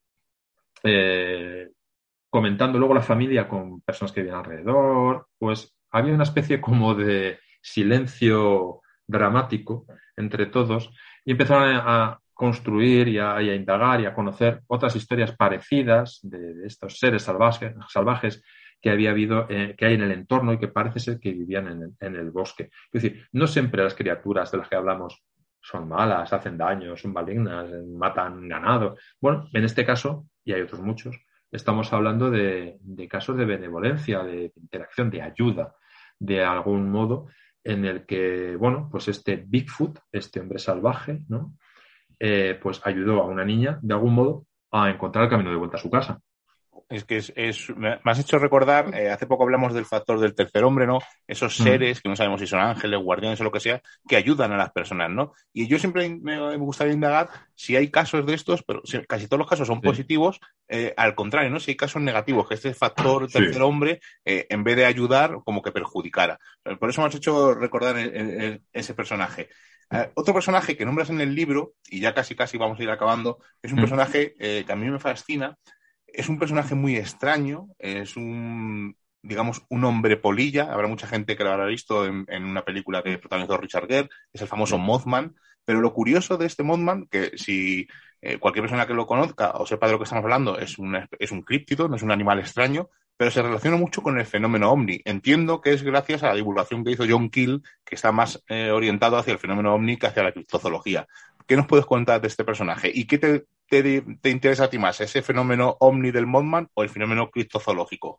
Speaker 4: comentando luego la familia con personas que vivían alrededor, pues había una especie como de silencio dramático entre todos y empezaron a construir y a indagar y a conocer otras historias parecidas de estos seres salvajes que había habido, que hay en el entorno y que parece ser que vivían en el bosque. Es decir, no siempre las criaturas de las que hablamos son malas, hacen daño, son malignas, matan ganado. Bueno, en este caso, y hay otros muchos, estamos hablando de casos de benevolencia, de interacción, de ayuda, de algún modo en el que, bueno, pues este Bigfoot, este hombre salvaje, ¿no? Pues ayudó a una niña, de algún modo, a encontrar el camino de vuelta a su casa.
Speaker 2: Es que me has hecho recordar, hace poco hablamos del factor del tercer hombre, ¿no? Esos seres que no sabemos si son ángeles, guardianes o lo que sea, que ayudan a las personas, ¿no? Y yo siempre me gustaría indagar si hay casos de estos, pero casi todos los casos son positivos, al contrario, ¿no? Si hay casos negativos, que este factor tercer hombre, en vez de ayudar, como que perjudicara. Por eso me has hecho recordar ese personaje. Otro personaje que nombras en el libro, y ya casi vamos a ir acabando, es un personaje que a mí me fascina. Es un personaje muy extraño, es digamos, un hombre polilla. Habrá mucha gente que lo habrá visto en una película que protagonizó Richard Gere, es el famoso Mothman. Pero lo curioso de este Mothman, que si cualquier persona que lo conozca o sepa de lo que estamos hablando, es un críptido, no es un animal extraño, pero se relaciona mucho con el fenómeno ovni. Entiendo que es gracias a la divulgación que hizo John Keel, que está más orientado hacia el fenómeno ovni que hacia la criptozoología. ¿Qué nos puedes contar de este personaje? ¿Y qué te interesa a ti más, ese fenómeno ovni del Mothman o el fenómeno criptozoológico?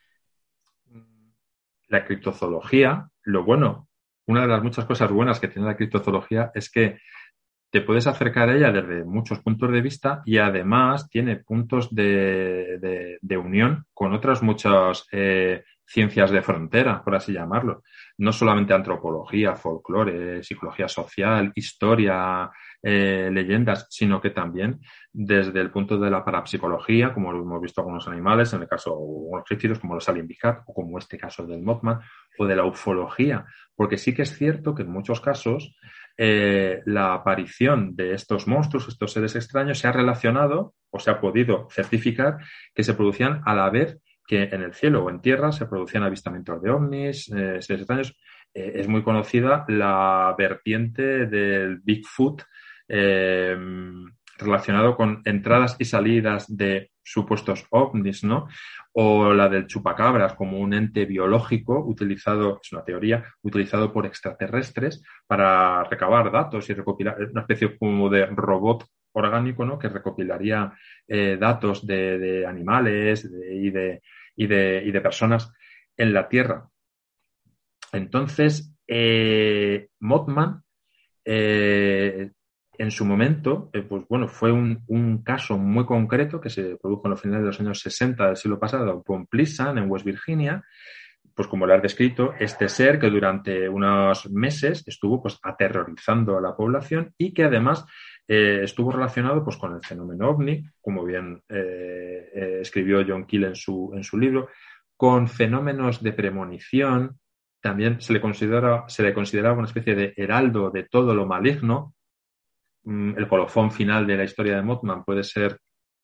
Speaker 4: La criptozoología, una de las muchas cosas buenas que tiene la criptozoología es que te puedes acercar a ella desde muchos puntos de vista y además tiene puntos de unión con otras muchas ciencias de frontera, por así llamarlo. No solamente antropología, folclore, psicología social, historia, leyendas, sino que también desde el punto de la parapsicología, como lo hemos visto algunos animales, en el caso de algunos egipcios como los Alien Bihat o como este caso del Mothman, o de la ufología, porque sí que es cierto que en muchos casos la aparición de estos monstruos, estos seres extraños, se ha relacionado o se ha podido certificar que se producían a la vez que en el cielo o en tierra se producían avistamientos de ovnis, seres extraños. Es muy conocida la vertiente del Bigfoot relacionado con entradas y salidas de supuestos ovnis, ¿no? O la del chupacabras como un ente biológico utilizado, es una teoría, utilizado por extraterrestres para recabar datos y recopilar una especie como de robot orgánico, ¿no? Que recopilaría datos de animales y de personas en la Tierra. Entonces, Mothman, en en su momento, pues bueno, fue un caso muy concreto que se produjo en los finales de los años 60 del siglo pasado, en Pleasant, en West Virginia. Pues como lo has descrito, este ser que durante unos meses estuvo pues aterrorizando a la población y que además estuvo relacionado pues con el fenómeno OVNI, como bien escribió John Keel en su libro, con fenómenos de premonición. También se le consideraba una especie de heraldo de todo lo maligno. El colofón final de la historia de Mothman puede ser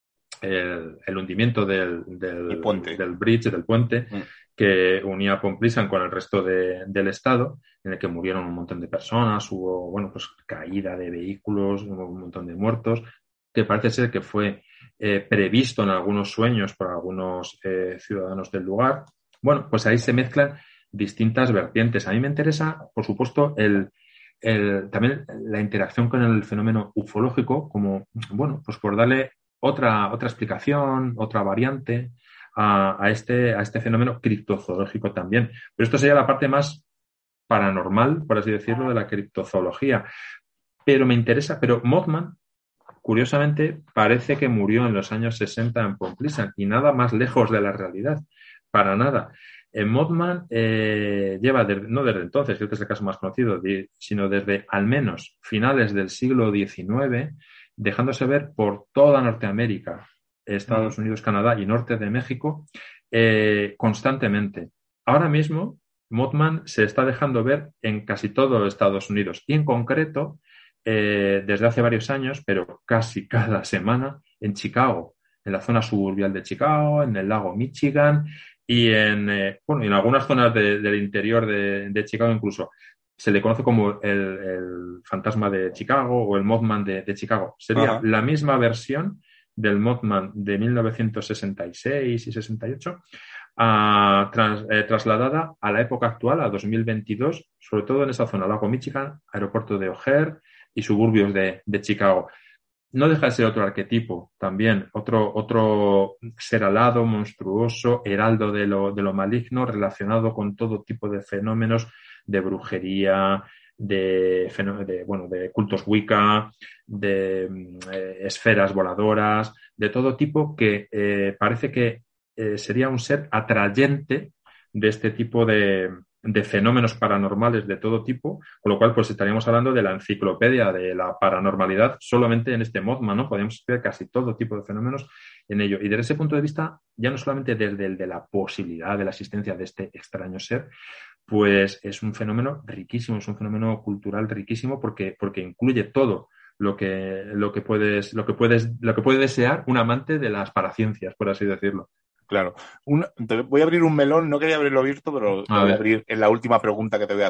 Speaker 4: el hundimiento del bridge, del puente, que unía Point Pleasant con el resto del estado, en el que murieron un montón de personas, hubo, bueno, pues caída de vehículos, hubo un montón de muertos, que parece ser que fue previsto en algunos sueños por algunos ciudadanos del lugar. Bueno, pues ahí se mezclan distintas vertientes. A mí me interesa, por supuesto, también la interacción con el fenómeno ufológico, como, bueno, pues por darle otra explicación, otra variante a este fenómeno criptozoológico también. Pero esto sería la parte más paranormal, por así decirlo, de la criptozoología. Pero me interesa, pero Mothman, curiosamente, parece que murió en los años 60 en Point Pleasant y nada más lejos de la realidad, para nada. Mothman lleva, no desde entonces, creo que es el caso más conocido, sino desde al menos finales del siglo XIX, dejándose ver por toda Norteamérica, Estados Unidos, Canadá y norte de México constantemente. Ahora mismo, Mothman se está dejando ver en casi todo Estados Unidos y en concreto, desde hace varios años, pero casi cada semana, en Chicago, en la zona suburbial de Chicago, en el lago Michigan y en algunas zonas del interior de Chicago incluso. Se le conoce como el fantasma de Chicago o el Mothman de Chicago. Sería la misma versión del Mothman de 1966 y 68, trasladada a la época actual, a 2022, sobre todo en esa zona, lago Michigan, aeropuerto de O'Hare y suburbios de Chicago. No deja de ser otro arquetipo también, otro ser alado, monstruoso, heraldo de lo maligno, relacionado con todo tipo de fenómenos de brujería, de cultos Wicca, de esferas voladoras, de todo tipo que parece que sería un ser atrayente de este tipo de fenómenos paranormales de todo tipo, con lo cual pues estaríamos hablando de la enciclopedia de la paranormalidad solamente en este Mothman, ¿no? Podríamos ver casi todo tipo de fenómenos en ello. Y desde ese punto de vista, ya no solamente desde el de la posibilidad de la existencia de este extraño ser, pues es un fenómeno riquísimo, es un fenómeno cultural riquísimo porque incluye todo lo que puede desear un amante de las paraciencias, por así decirlo.
Speaker 2: Claro. Voy a abrir un melón, no quería abrirlo abierto, pero lo voy a abrir en la última pregunta que te voy a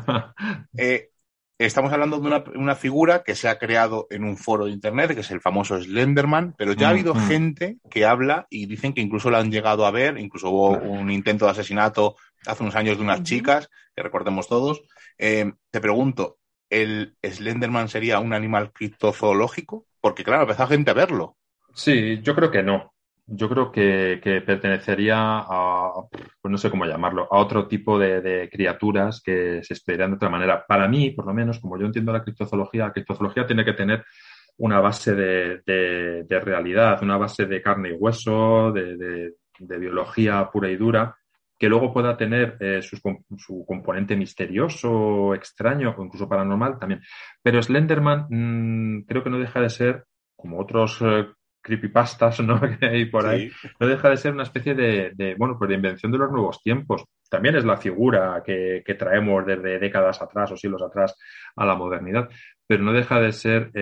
Speaker 2: hacer. Estamos hablando de una figura que se ha creado en un foro de internet, que es el famoso Slenderman, pero ya ha habido gente que habla y dicen que incluso la han llegado a ver, incluso hubo un intento de asesinato hace unos años de unas chicas, que recordemos todos. Te pregunto, ¿el Slenderman sería un animal criptozoológico? Porque claro, empezó gente a verlo.
Speaker 4: Sí, yo creo que no. Yo creo que pertenecería a, pues no sé cómo llamarlo, a otro tipo de criaturas que se explicarían de otra manera. Para mí, por lo menos, como yo entiendo la criptozoología tiene que tener una base de realidad, una base de carne y hueso, de biología pura y dura, que luego pueda tener su componente misterioso, extraño o incluso paranormal también. Pero Slenderman creo que no deja de ser, como otros creepypastas, ¿no? que hay por ahí, no deja de ser una especie de invención de los nuevos tiempos. También es la figura que traemos desde décadas atrás o siglos atrás a la modernidad, pero no deja de ser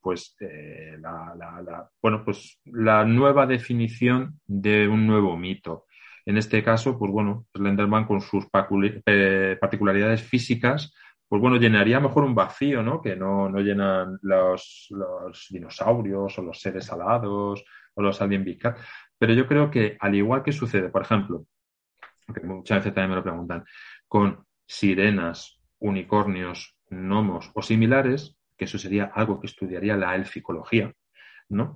Speaker 4: la nueva definición de un nuevo mito. En este caso, pues bueno, Slenderman con sus particularidades físicas, pues bueno, llenaría mejor un vacío, ¿no? Que no llenan los dinosaurios o los seres alados o los alien big cat. Pero yo creo que, al igual que sucede, por ejemplo, que muchas veces también me lo preguntan, con sirenas, unicornios, gnomos o similares, que eso sería algo que estudiaría la elficología, ¿no?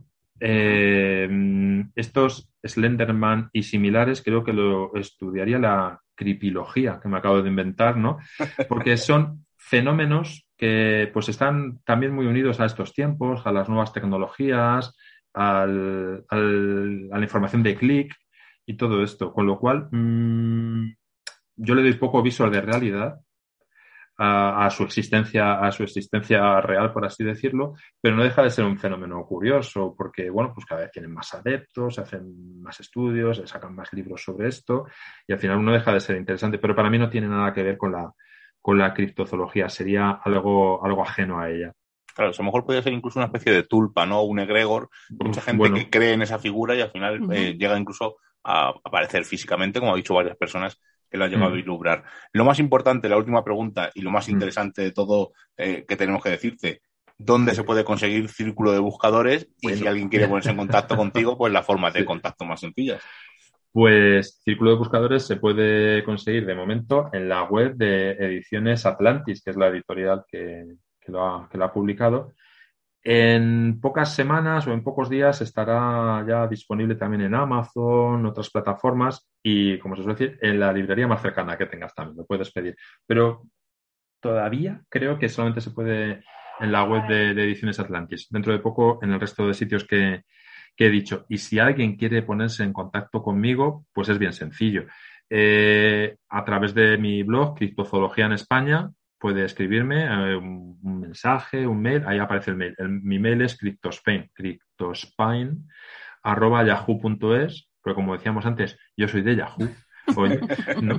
Speaker 4: Estos Slenderman y similares creo que lo estudiaría la cripilogía, que me acabo de inventar, ¿no? Porque son fenómenos que pues están también muy unidos a estos tiempos, a las nuevas tecnologías, a la información de clic y todo esto. Con lo cual, yo le doy poco viso de realidad a su existencia real, por así decirlo, pero no deja de ser un fenómeno curioso, porque, bueno, pues cada vez tienen más adeptos, hacen más estudios, sacan más libros sobre esto, y al final no deja de ser interesante, pero para mí no tiene nada que ver con la criptozoología, sería algo ajeno a ella.
Speaker 2: Claro, a lo mejor podría ser incluso una especie de tulpa, ¿no? Un egregor, mucha gente que cree en esa figura y al final llega incluso a aparecer físicamente, como ha dicho varias personas que lo han llegado a vislumbrar. Lo más importante, la última pregunta y lo más interesante de todo que tenemos que decirte, ¿dónde se puede conseguir Círculo de Buscadores? Y si alguien quiere ponerse en contacto contigo, pues la forma de contacto más sencilla.
Speaker 4: Pues Círculo de Buscadores se puede conseguir de momento en la web de Ediciones Atlantis, que es la editorial que lo ha publicado. En pocas semanas o en pocos días estará ya disponible también en Amazon, otras plataformas y, como se suele decir, en la librería más cercana que tengas también, lo puedes pedir. Pero todavía creo que solamente se puede en la web de Ediciones Atlantis. Dentro de poco en el resto de sitios que he dicho. Y si alguien quiere ponerse en contacto conmigo, pues es bien sencillo. A través de mi blog, Criptozoología en España, puede escribirme un mensaje, un mail, ahí aparece el mail. Mi mail es cryptospine@yahoo.es, pero como decíamos antes, yo soy de Yahoo, oye, ¿no?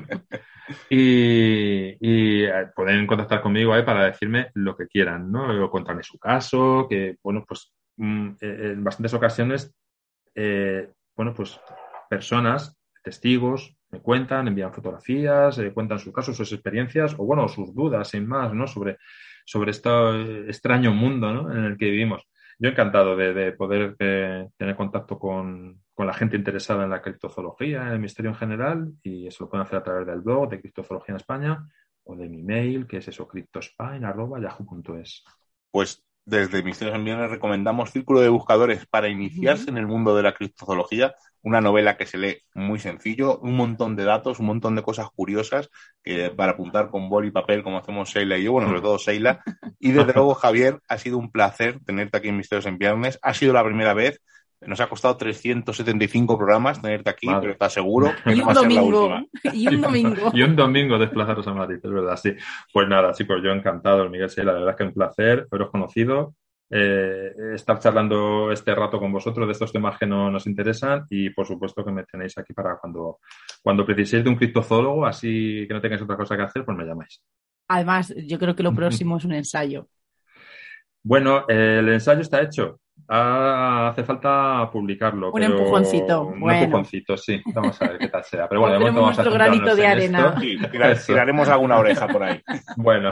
Speaker 4: Y pueden contactar conmigo ahí para decirme lo que quieran, ¿no? O contarme su caso, que, bueno, pues en bastantes ocasiones, bueno, pues personas, testigos, me cuentan, envían fotografías, cuentan sus casos, sus experiencias o, bueno, sus dudas, sin más, ¿no? Sobre este extraño mundo, ¿no? En el que vivimos. Yo encantado de poder tener contacto con la gente interesada en la criptozoología, en el misterio en general, y eso lo pueden hacer a través del blog de Criptozoología en España o de mi mail, que es eso, cryptospine@yahoo.es.
Speaker 2: Pues desde Misterios en Viernes recomendamos Círculo de Buscadores para iniciarse en el mundo de la criptozoología, una novela que se lee muy sencillo, un montón de datos, un montón de cosas curiosas que para apuntar con boli y papel como hacemos Sheila y yo, bueno, sobre todo Sheila. Y desde luego, Javier, ha sido un placer tenerte aquí en Misterios en Viernes. Ha sido la primera vez. Nos ha costado 375 programas tenerte aquí, pero estás seguro que no va a ser la última.
Speaker 3: Y un domingo.
Speaker 4: Y un domingo desplazaros a Madrid, es verdad, sí. Pues nada, chicos, yo encantado, Miguel, sí, la verdad es que un placer haberos conocido, estar charlando este rato con vosotros de estos temas que nos interesan y, por supuesto, que me tenéis aquí para cuando preciséis de un criptozoólogo, así que no tengáis otra cosa que hacer, pues me llamáis.
Speaker 3: Además, yo creo que lo próximo es un ensayo.
Speaker 4: Bueno, el ensayo está hecho. Hace falta publicarlo.
Speaker 3: Un empujoncito.
Speaker 4: Un empujoncito, sí. Vamos a ver qué tal sea. Pero bueno, de momento
Speaker 3: vamos a granito de arena.
Speaker 2: Sí, tiraremos alguna oreja por ahí.
Speaker 4: Bueno.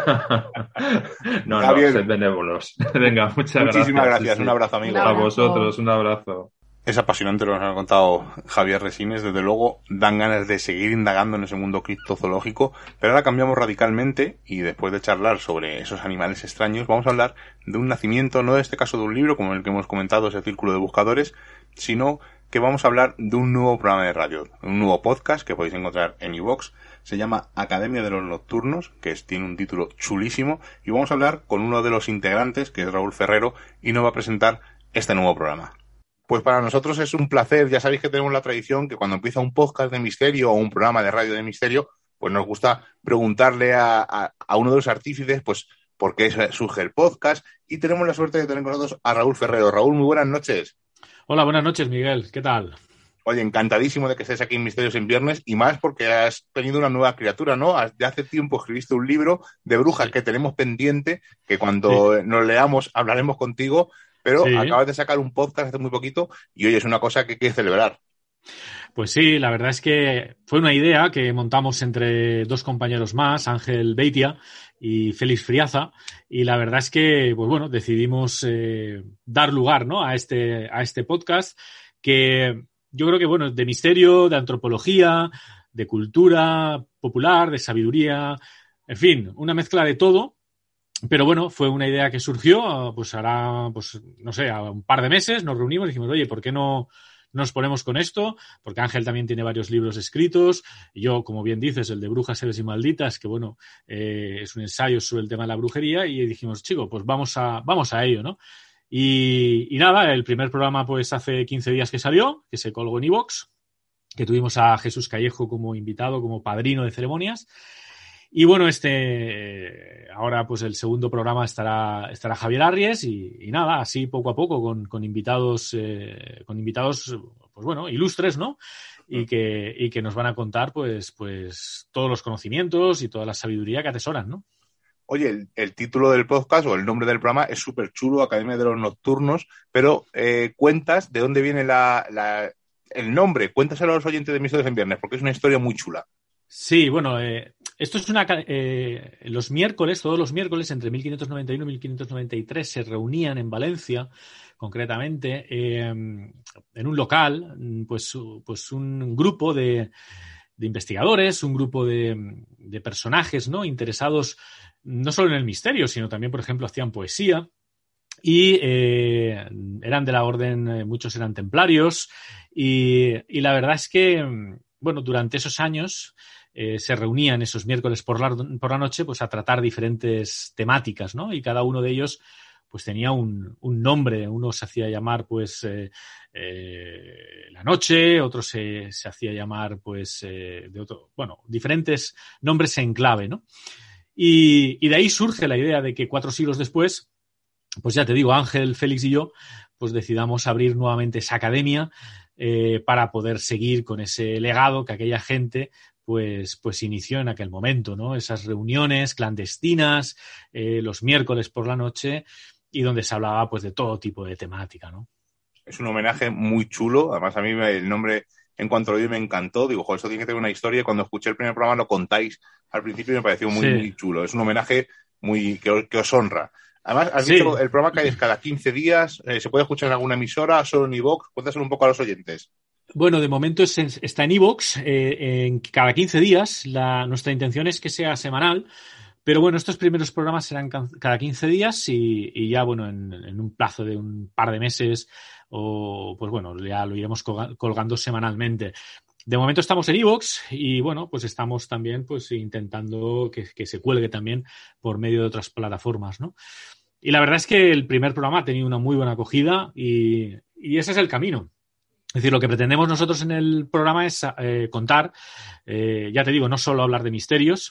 Speaker 4: No, sed benévolos. Venga,
Speaker 2: muchísimas gracias. Sí. Un abrazo, amigo.
Speaker 4: A vosotros, un abrazo.
Speaker 2: Es apasionante lo que nos ha contado Javier Resines. Desde luego, dan ganas de seguir indagando en ese mundo criptozoológico. Pero ahora cambiamos radicalmente y después de charlar sobre esos animales extraños, vamos a hablar de un nacimiento, no de este caso de un libro, como el que hemos comentado, ese Círculo de Buscadores, sino que vamos a hablar de un nuevo programa de radio, un nuevo podcast que podéis encontrar en iVoox. Se llama Academia de los Nocturnos, que tiene un título chulísimo. Y vamos a hablar con uno de los integrantes, que es Raúl Ferrero, y nos va a presentar este nuevo programa. Pues para nosotros es un placer. Ya sabéis que tenemos la tradición que cuando empieza un podcast de misterio o un programa de radio de misterio, pues nos gusta preguntarle a uno de los artífices, pues, por qué surge el podcast. Y tenemos la suerte de tener con nosotros a Raúl Ferrero. Raúl, muy buenas noches.
Speaker 5: Hola, buenas noches, Miguel. ¿Qué tal?
Speaker 2: Oye, encantadísimo de que estés aquí en Misterios en Viernes y más porque has tenido una nueva criatura, ¿no? De hace tiempo escribiste un libro de brujas que tenemos pendiente, que cuando nos leamos hablaremos contigo. Pero acabas de sacar un podcast hace muy poquito y hoy es una cosa que hay que celebrar.
Speaker 5: Pues sí, la verdad es que fue una idea que montamos entre dos compañeros más, Ángel Beitia y Félix Friaza, y la verdad es que, pues bueno, decidimos dar lugar, ¿no?, a este podcast que yo creo que, bueno, de misterio, de antropología, de cultura popular, de sabiduría, en fin, una mezcla de todo. Pero bueno, fue una idea que surgió, pues hará, pues no sé, a un par de meses nos reunimos y dijimos, oye, ¿por qué no nos ponemos con esto, porque Ángel también tiene varios libros escritos, y yo, como bien dices, el de Brujas, Héroes y Malditas, que bueno, es un ensayo sobre el tema de la brujería, y dijimos, chico, pues vamos a ello, ¿no? Y nada, el primer programa pues hace 15 días que salió, que se colgó en iVoox, que tuvimos a Jesús Callejo como invitado, como padrino de ceremonias. Y bueno, ahora pues el segundo programa estará Javier Arries y nada, así poco a poco con invitados, pues bueno, ilustres, ¿no? Y que nos van a contar pues todos los conocimientos y toda la sabiduría que atesoran, ¿no?
Speaker 2: Oye, el título del podcast o el nombre del programa es súper chulo, Academia de los Nocturnos, pero cuentas de dónde viene el nombre. Cuéntaselo a los oyentes de Misterios en Viernes, porque es una historia muy chula.
Speaker 5: Sí, bueno, esto es los miércoles, todos los miércoles, entre 1591 y 1593, se reunían en Valencia, concretamente, en un local, pues un grupo de investigadores, un grupo de personajes, ¿no? Interesados no solo en el misterio, sino también, por ejemplo, hacían poesía. Y eran de la orden, muchos eran templarios, y la verdad es que, bueno, durante esos años se reunían esos miércoles por la noche pues a tratar diferentes temáticas, ¿no? Y cada uno de ellos pues tenía un nombre. Uno se hacía llamar pues La Noche, otro se hacía llamar pues de otro, bueno, diferentes nombres en clave, ¿no? Y de ahí surge la idea de que 4 siglos después, pues ya te digo, Ángel, Félix y yo, pues decidamos abrir nuevamente esa academia para poder seguir con ese legado que aquella gente pues inició en aquel momento, ¿no? Esas reuniones clandestinas, los miércoles por la noche, y donde se hablaba pues de todo tipo de temática, ¿no?
Speaker 2: Es un homenaje muy chulo. Además, a mí el nombre, en cuanto lo vi, me encantó. Digo, joder, esto tiene que tener una historia. Cuando escuché el primer programa lo contáis al principio y me pareció muy chulo. Es un homenaje que os honra. Además, has dicho el programa que hay cada 15 días. ¿Se puede escuchar en alguna emisora? ¿Solo en iVoox? Cuéntaselo un poco a los oyentes.
Speaker 5: Bueno, de momento está en iVoox, en cada 15 días. Nuestra intención es que sea semanal, pero bueno, estos primeros programas serán cada 15 días y ya, bueno, en un plazo de un par de meses pues bueno, ya lo iremos colgando semanalmente. De momento estamos en iVoox y bueno, pues estamos también pues intentando que se cuelgue también por medio de otras plataformas, ¿no? Y la verdad es que el primer programa ha tenido una muy buena acogida y ese es el camino. Es decir, lo que pretendemos nosotros en el programa es contar, ya te digo, no solo hablar de misterios,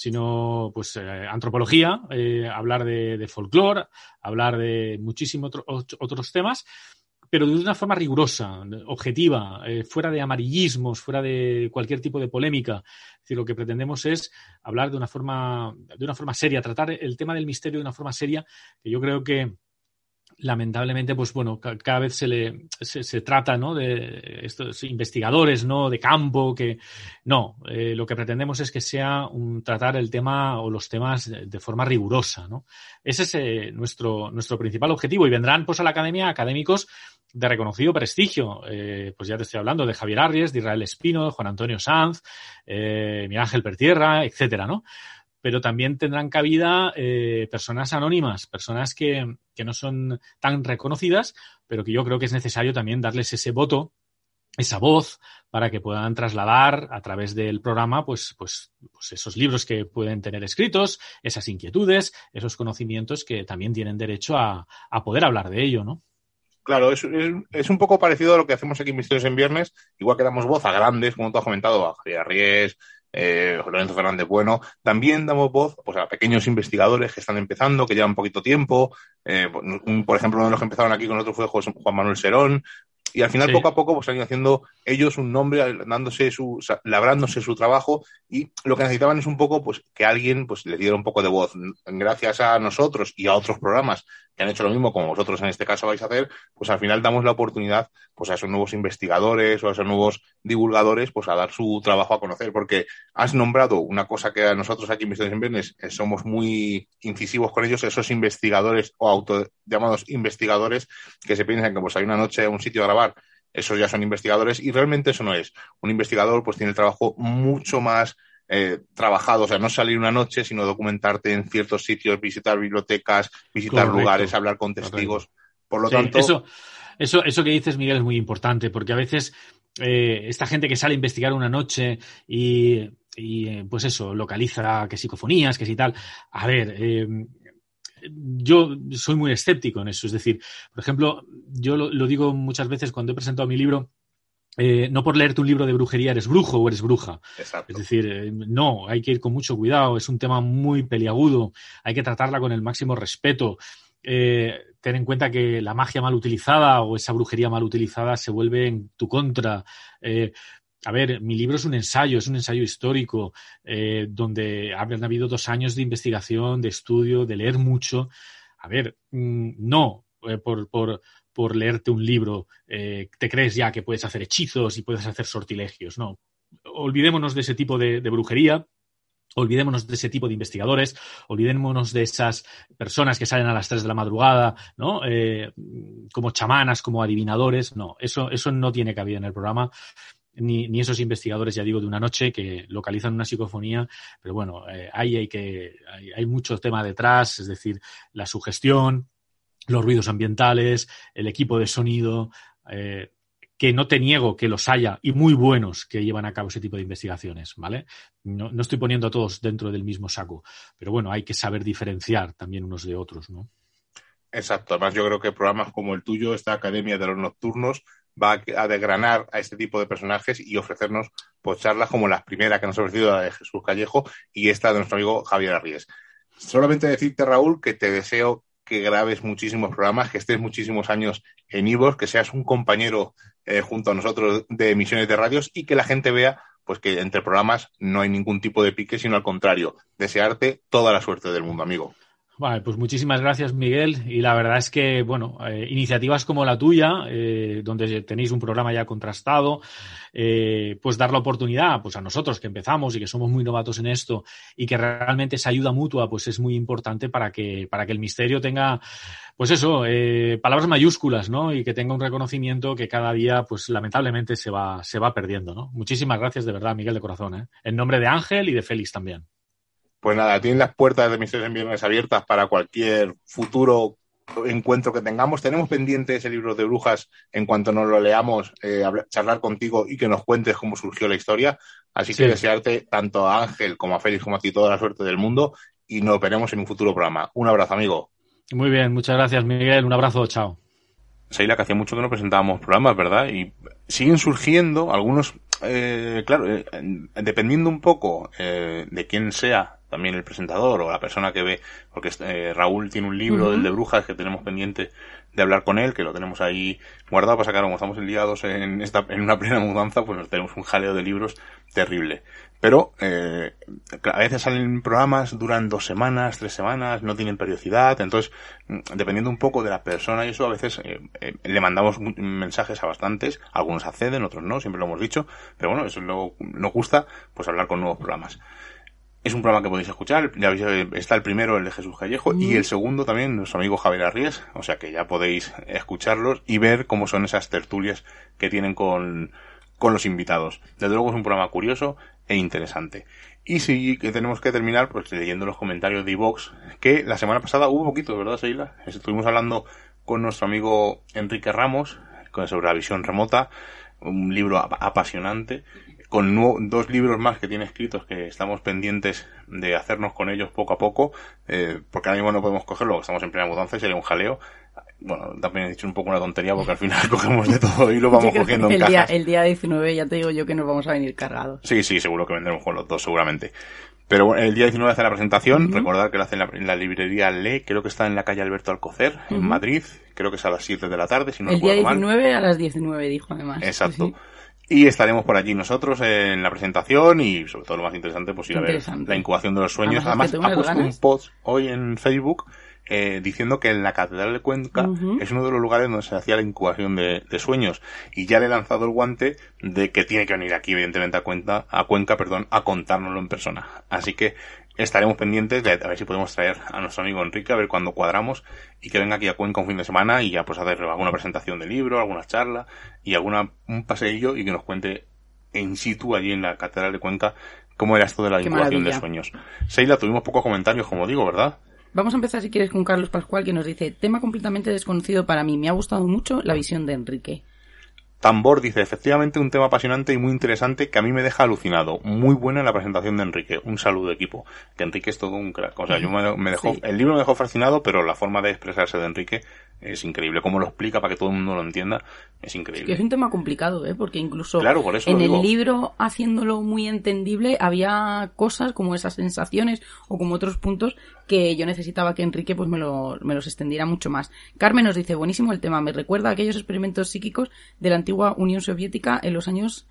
Speaker 5: sino pues antropología, hablar de folclore, hablar de muchísimos otros temas, pero de una forma rigurosa, objetiva, fuera de amarillismos, fuera de cualquier tipo de polémica. Es decir, lo que pretendemos es hablar de una forma seria, tratar el tema del misterio de una forma seria, que yo creo que lamentablemente, pues bueno, cada vez se trata, ¿no?, de estos investigadores, ¿no?, de campo, que no, lo que pretendemos es que sea tratar el tema o los temas de forma rigurosa, ¿no? Ese es nuestro principal objetivo, y vendrán pues a la academia académicos de reconocido prestigio. Pues ya te estoy hablando de Javier Arries, de Israel Espino, de Juan Antonio Sanz, Miguel Ángel Pertierra, etcétera, ¿no? Pero también tendrán cabida personas anónimas, personas que no son tan reconocidas, pero que yo creo que es necesario también darles ese voto, esa voz, para que puedan trasladar a través del programa pues esos libros que pueden tener escritos, esas inquietudes, esos conocimientos que también tienen derecho a poder hablar de ello, ¿no?
Speaker 2: Claro, es un poco parecido a lo que hacemos aquí en Misterios en Viernes, igual que damos voz a grandes, como tú has comentado, a Javier Arries, Lorenzo Fernández Bueno. También damos voz pues a pequeños investigadores que están empezando, que llevan poquito tiempo. Por ejemplo, uno de los que empezaron aquí con nosotros fue Juan Manuel Serón. Y al final, poco a poco, pues han ido haciendo ellos un nombre, labrándose su trabajo, y lo que necesitaban es un poco, pues, que alguien, pues, les diera un poco de voz. Gracias a nosotros y a otros programas que han hecho lo mismo, como vosotros en este caso vais a hacer, pues al final damos la oportunidad, pues, a esos nuevos investigadores o a esos nuevos divulgadores, pues, a dar su trabajo a conocer, porque has nombrado una cosa que a nosotros aquí en Misterios en Viernes somos muy incisivos con ellos, esos investigadores o autollamados investigadores que se piensan que, pues, hay una noche a un sitio a grabar. Esos ya son investigadores, y realmente eso no es. Un investigador pues tiene el trabajo mucho más trabajado, o sea, no salir una noche, sino documentarte en ciertos sitios, visitar bibliotecas, visitar lugares, hablar con testigos. Por lo tanto...
Speaker 5: Eso que dices, Miguel, es muy importante, porque a veces esta gente que sale a investigar una noche y pues eso, localiza que psicofonías, que si tal. A ver, yo soy muy escéptico en eso. Es decir, por ejemplo, yo lo digo muchas veces cuando he presentado mi libro. No por leerte un libro de brujería eres brujo o eres bruja.
Speaker 2: Exacto.
Speaker 5: Es decir, no, hay que ir con mucho cuidado, es un tema muy peliagudo, hay que tratarla con el máximo respeto. Ten en cuenta que la magia mal utilizada o esa brujería mal utilizada se vuelve en tu contra. A ver, mi libro es un ensayo histórico, donde han habido 2 años de investigación, de estudio, de leer mucho. A ver, no, por leerte un libro te crees ya que puedes hacer hechizos y puedes hacer sortilegios. No, olvidémonos de ese tipo de brujería, olvidémonos de ese tipo de investigadores, olvidémonos de esas personas que salen a las 3 de la madrugada, ¿no? Como chamanas, como adivinadores. No, eso no tiene cabida en el programa. Ni esos investigadores, ya digo, de una noche que localizan una psicofonía, pero bueno, ahí hay mucho tema detrás, es decir, la sugestión, los ruidos ambientales, el equipo de sonido, que no te niego que los haya y muy buenos que llevan a cabo ese tipo de investigaciones, ¿vale? No estoy poniendo a todos dentro del mismo saco, pero bueno, hay que saber diferenciar también unos de otros, ¿no?
Speaker 2: Exacto, además yo creo que programas como el tuyo, esta Academia de los Nocturnos, va a desgranar a este tipo de personajes y ofrecernos pues charlas como la primera que nos ha ofrecido, la de Jesús Callejo, y esta de nuestro amigo Javier Arries. Solamente decirte, Raúl, que te deseo que grabes muchísimos programas, que estés muchísimos años en iVoox, que seas un compañero junto a nosotros de emisiones de radios y que la gente vea pues que entre programas no hay ningún tipo de pique, sino al contrario, desearte toda la suerte del mundo, amigo.
Speaker 5: Vale, pues muchísimas gracias, Miguel. Y la verdad es que, bueno, iniciativas como la tuya, donde tenéis un programa ya contrastado, pues dar la oportunidad pues a nosotros que empezamos y que somos muy novatos en esto y que realmente esa ayuda mutua pues es muy importante para que el misterio tenga, pues eso, palabras mayúsculas, ¿no? Y que tenga un reconocimiento que cada día, pues lamentablemente se va perdiendo, ¿no? Muchísimas gracias de verdad, Miguel, de corazón, ¿eh? En nombre de Ángel y de Félix también.
Speaker 2: Pues nada, tienen las puertas de Misterios en Viernes abiertas para cualquier futuro encuentro que tengamos. Tenemos pendiente ese libro de brujas en cuanto nos lo leamos, charlar contigo y que nos cuentes cómo surgió la historia. Así que desearte tanto a Ángel como a Félix como a ti toda la suerte del mundo y nos veremos en un futuro programa. Un abrazo, amigo.
Speaker 5: Muy bien, muchas gracias, Miguel. Un abrazo, chao.
Speaker 2: Seila, que hacía mucho que no presentábamos programas, ¿verdad? Y siguen surgiendo algunos, claro, dependiendo un poco de quién sea también el presentador o la persona que ve, porque Raúl tiene un libro, el de brujas, que tenemos pendiente de hablar con él, que lo tenemos ahí guardado para sacar, como estamos liados en una plena mudanza, pues tenemos un jaleo de libros terrible. Pero a veces salen programas, duran 2 semanas, 3 semanas, no tienen periodicidad, entonces dependiendo un poco de la persona y eso, a veces le mandamos mensajes a bastantes, algunos acceden, otros no, siempre lo hemos dicho, pero bueno, eso nos gusta, pues hablar con nuevos programas. Es un programa que podéis escuchar, ya veis, está el primero, el de Jesús Callejo, y el segundo también, nuestro amigo Javier Arries, o sea que ya podéis escucharlos y ver cómo son esas tertulias que tienen con los invitados. Desde luego es un programa curioso e interesante. Y sí que tenemos que terminar pues leyendo los comentarios de iVoox, que la semana pasada hubo poquito, ¿verdad, Seila? Estuvimos hablando con nuestro amigo Enrique Ramos sobre la visión remota, un libro apasionante, con 2 libros más que tiene escritos que estamos pendientes de hacernos con ellos poco a poco, porque ahora mismo no podemos cogerlo, estamos en plena mudanza y sería un jaleo. Bueno, también he dicho un poco una tontería porque al final cogemos de todo y lo vamos cogiendo en cajas.
Speaker 3: El día 19 ya te digo yo que nos vamos a venir cargados.
Speaker 2: Sí, seguro que vendremos con los 2 seguramente. Pero bueno, el día 19 hace la presentación, recordad que lo hace en la librería Le, creo que está en la calle Alberto Alcocer, en Madrid, creo que es a las 7 de la tarde, si no recuerdo mal.
Speaker 3: El día 19 a las 19 dijo además.
Speaker 2: Exacto.
Speaker 3: Sí.
Speaker 2: Y estaremos por allí nosotros en la presentación y sobre todo lo más interesante, pues ir a ver la incubación de los sueños. Además ha puesto un post hoy en Facebook diciendo que en la Catedral de Cuenca es uno de los lugares donde se hacía la incubación de sueños, y ya le he lanzado el guante de que tiene que venir aquí evidentemente a Cuenca, a contárnoslo en persona. Así que estaremos pendientes de a ver si podemos traer a nuestro amigo Enrique, a ver cuándo cuadramos, y que venga aquí a Cuenca un fin de semana y ya pues hacer alguna presentación de libro, alguna charla y un paseillo, y que nos cuente in situ allí en la Catedral de Cuenca cómo era esto de la incubación de sueños. Seila, tuvimos pocos comentarios, como digo, ¿verdad?
Speaker 3: Vamos a empezar, si quieres, con Carlos Pascual, que nos dice: tema completamente desconocido para mí. Me ha gustado mucho la visión de Enrique.
Speaker 2: Tambor dice: efectivamente un tema apasionante y muy interesante que a mí me deja alucinado. Muy buena la presentación de Enrique. Un saludo, equipo. Que Enrique es todo un crack. O sea, me dejó, sí. El libro me dejó fascinado, pero la forma de expresarse de Enrique es increíble. Cómo lo explica para que todo el mundo lo entienda, es increíble.
Speaker 3: Es que es un tema complicado, porque incluso
Speaker 2: claro, por eso
Speaker 3: en el libro, haciéndolo muy entendible, había cosas como esas sensaciones o como otros puntos que yo necesitaba que Enrique pues me los extendiera mucho más. Carmen nos dice: buenísimo el tema, me recuerda a aquellos experimentos psíquicos de la antigua Unión Soviética en los años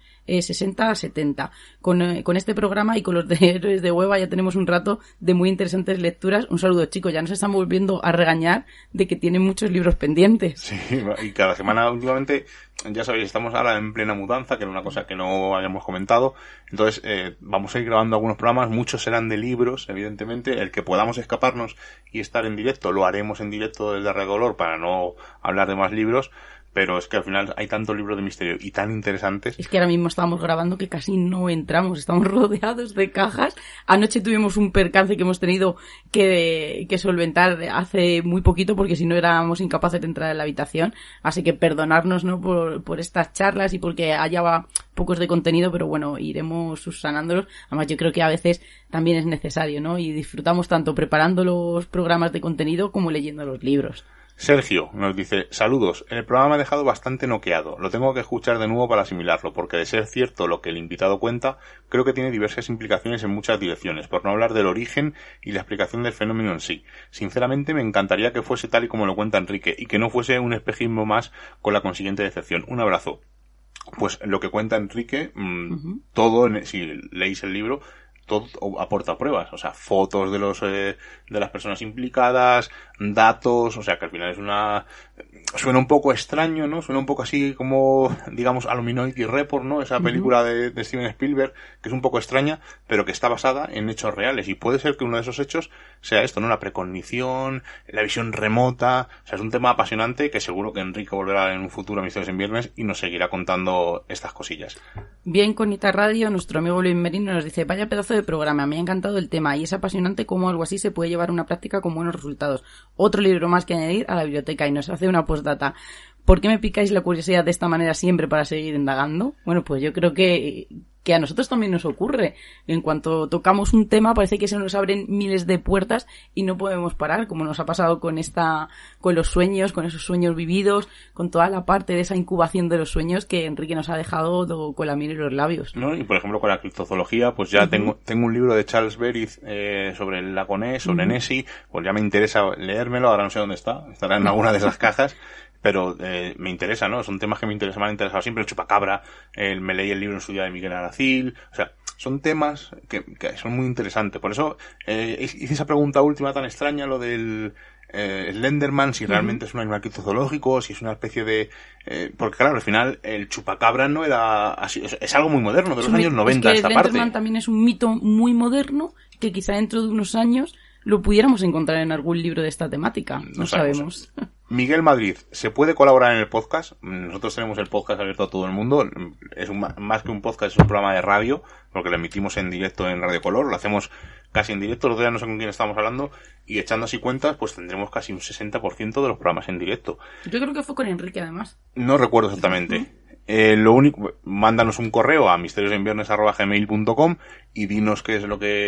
Speaker 3: 60-70. Con este programa y con los de Héroes de Hueva ya tenemos un rato de muy interesantes lecturas. Un saludo, chicos, ya nos están volviendo a regañar de que tienen muchos libros pendientes.
Speaker 2: Sí, y cada semana últimamente, ya sabéis, estamos ahora en plena mudanza, que era una cosa que no habíamos comentado. Entonces vamos a ir grabando algunos programas, muchos serán de libros, evidentemente. El que podamos escaparnos y estar en directo, lo haremos en directo desde Recolor para no hablar de más libros. Pero es que al final hay tantos libros de misterio y tan interesantes.
Speaker 3: Es que ahora mismo estábamos grabando que casi no entramos, estamos rodeados de cajas. Anoche tuvimos un percance que hemos tenido que solventar hace muy poquito, porque si no éramos incapaces de entrar en la habitación. Así que perdonarnos, ¿no?, por estas charlas y porque haya pocos de contenido, pero bueno, iremos subsanándolos. Además, yo creo que a veces también es necesario, ¿no? Y disfrutamos tanto preparando los programas de contenido como leyendo los libros.
Speaker 2: Sergio nos dice: saludos, el programa me ha dejado bastante noqueado, lo tengo que escuchar de nuevo para asimilarlo, porque de ser cierto lo que el invitado cuenta, creo que tiene diversas implicaciones en muchas direcciones, por no hablar del origen y la explicación del fenómeno en sí. Sinceramente me encantaría que fuese tal y como lo cuenta Enrique, y que no fuese un espejismo más con la consiguiente decepción. Un abrazo. Pues lo que cuenta Enrique, todo, si leéis el libro, todo aporta pruebas, o sea, fotos de las personas implicadas, datos, o sea, que al final suena un poco extraño, ¿no? Suena un poco así como, digamos, a lo Minority Report, ¿no? Esa película de Steven Spielberg, que es un poco extraña, pero que está basada en hechos reales, y puede ser que uno de esos hechos sea esto, ¿no? La precognición, la visión remota, o sea, es un tema apasionante que seguro que Enrique volverá en un futuro a Misterios en Viernes y nos seguirá contando estas cosillas.
Speaker 3: Bien, con Ita Radio, nuestro amigo Luis Merino nos dice: vaya pedazo de programa, me ha encantado el tema y es apasionante cómo algo así se puede llevar a una práctica con buenos resultados. Otro libro más que añadir a la biblioteca. Y nos hace una postdata: ¿por qué me picáis la curiosidad de esta manera siempre para seguir indagando? Bueno, pues yo creo que a nosotros también nos ocurre. En cuanto tocamos un tema parece que se nos abren miles de puertas y no podemos parar, como nos ha pasado con los sueños, con esos sueños vividos, con toda la parte de esa incubación de los sueños que Enrique nos ha dejado con la miel y los labios.
Speaker 2: ¿No? Y por ejemplo con la criptozoología, pues ya tengo un libro de Charles Berith sobre el lago Ness, sobre Nessie, pues ya me interesa leérmelo, ahora no sé dónde estará en alguna de esas cajas. Pero me interesa, ¿no? Son temas que me han interesado siempre. El chupacabra, me leí el libro en su día de Miguel Aracil. O sea, son temas que son muy interesantes. Por eso hice esa pregunta última tan extraña, lo del Slenderman, si realmente es un animal criptozoológico, si es una especie de... porque claro, al final el chupacabra no era así. Es algo muy moderno, de los años 90 esta parte.
Speaker 3: El Slenderman también es un mito muy moderno que quizá dentro de unos años lo pudiéramos encontrar en algún libro de esta temática. No sabemos.
Speaker 2: Miguel Madrid, ¿se puede colaborar en el podcast? Nosotros tenemos el podcast abierto a todo el mundo. Es más que un podcast, es un programa de radio, porque lo emitimos en directo en Radio Color. Lo hacemos casi en directo. Los días no sé con quién estamos hablando. Y echando así cuentas, pues tendremos casi un 60% de los programas en directo.
Speaker 3: Yo creo que fue con Enrique, además.
Speaker 2: No recuerdo exactamente. Lo único, mándanos un correo a misteriosenviernes@gmail.com y dinos qué es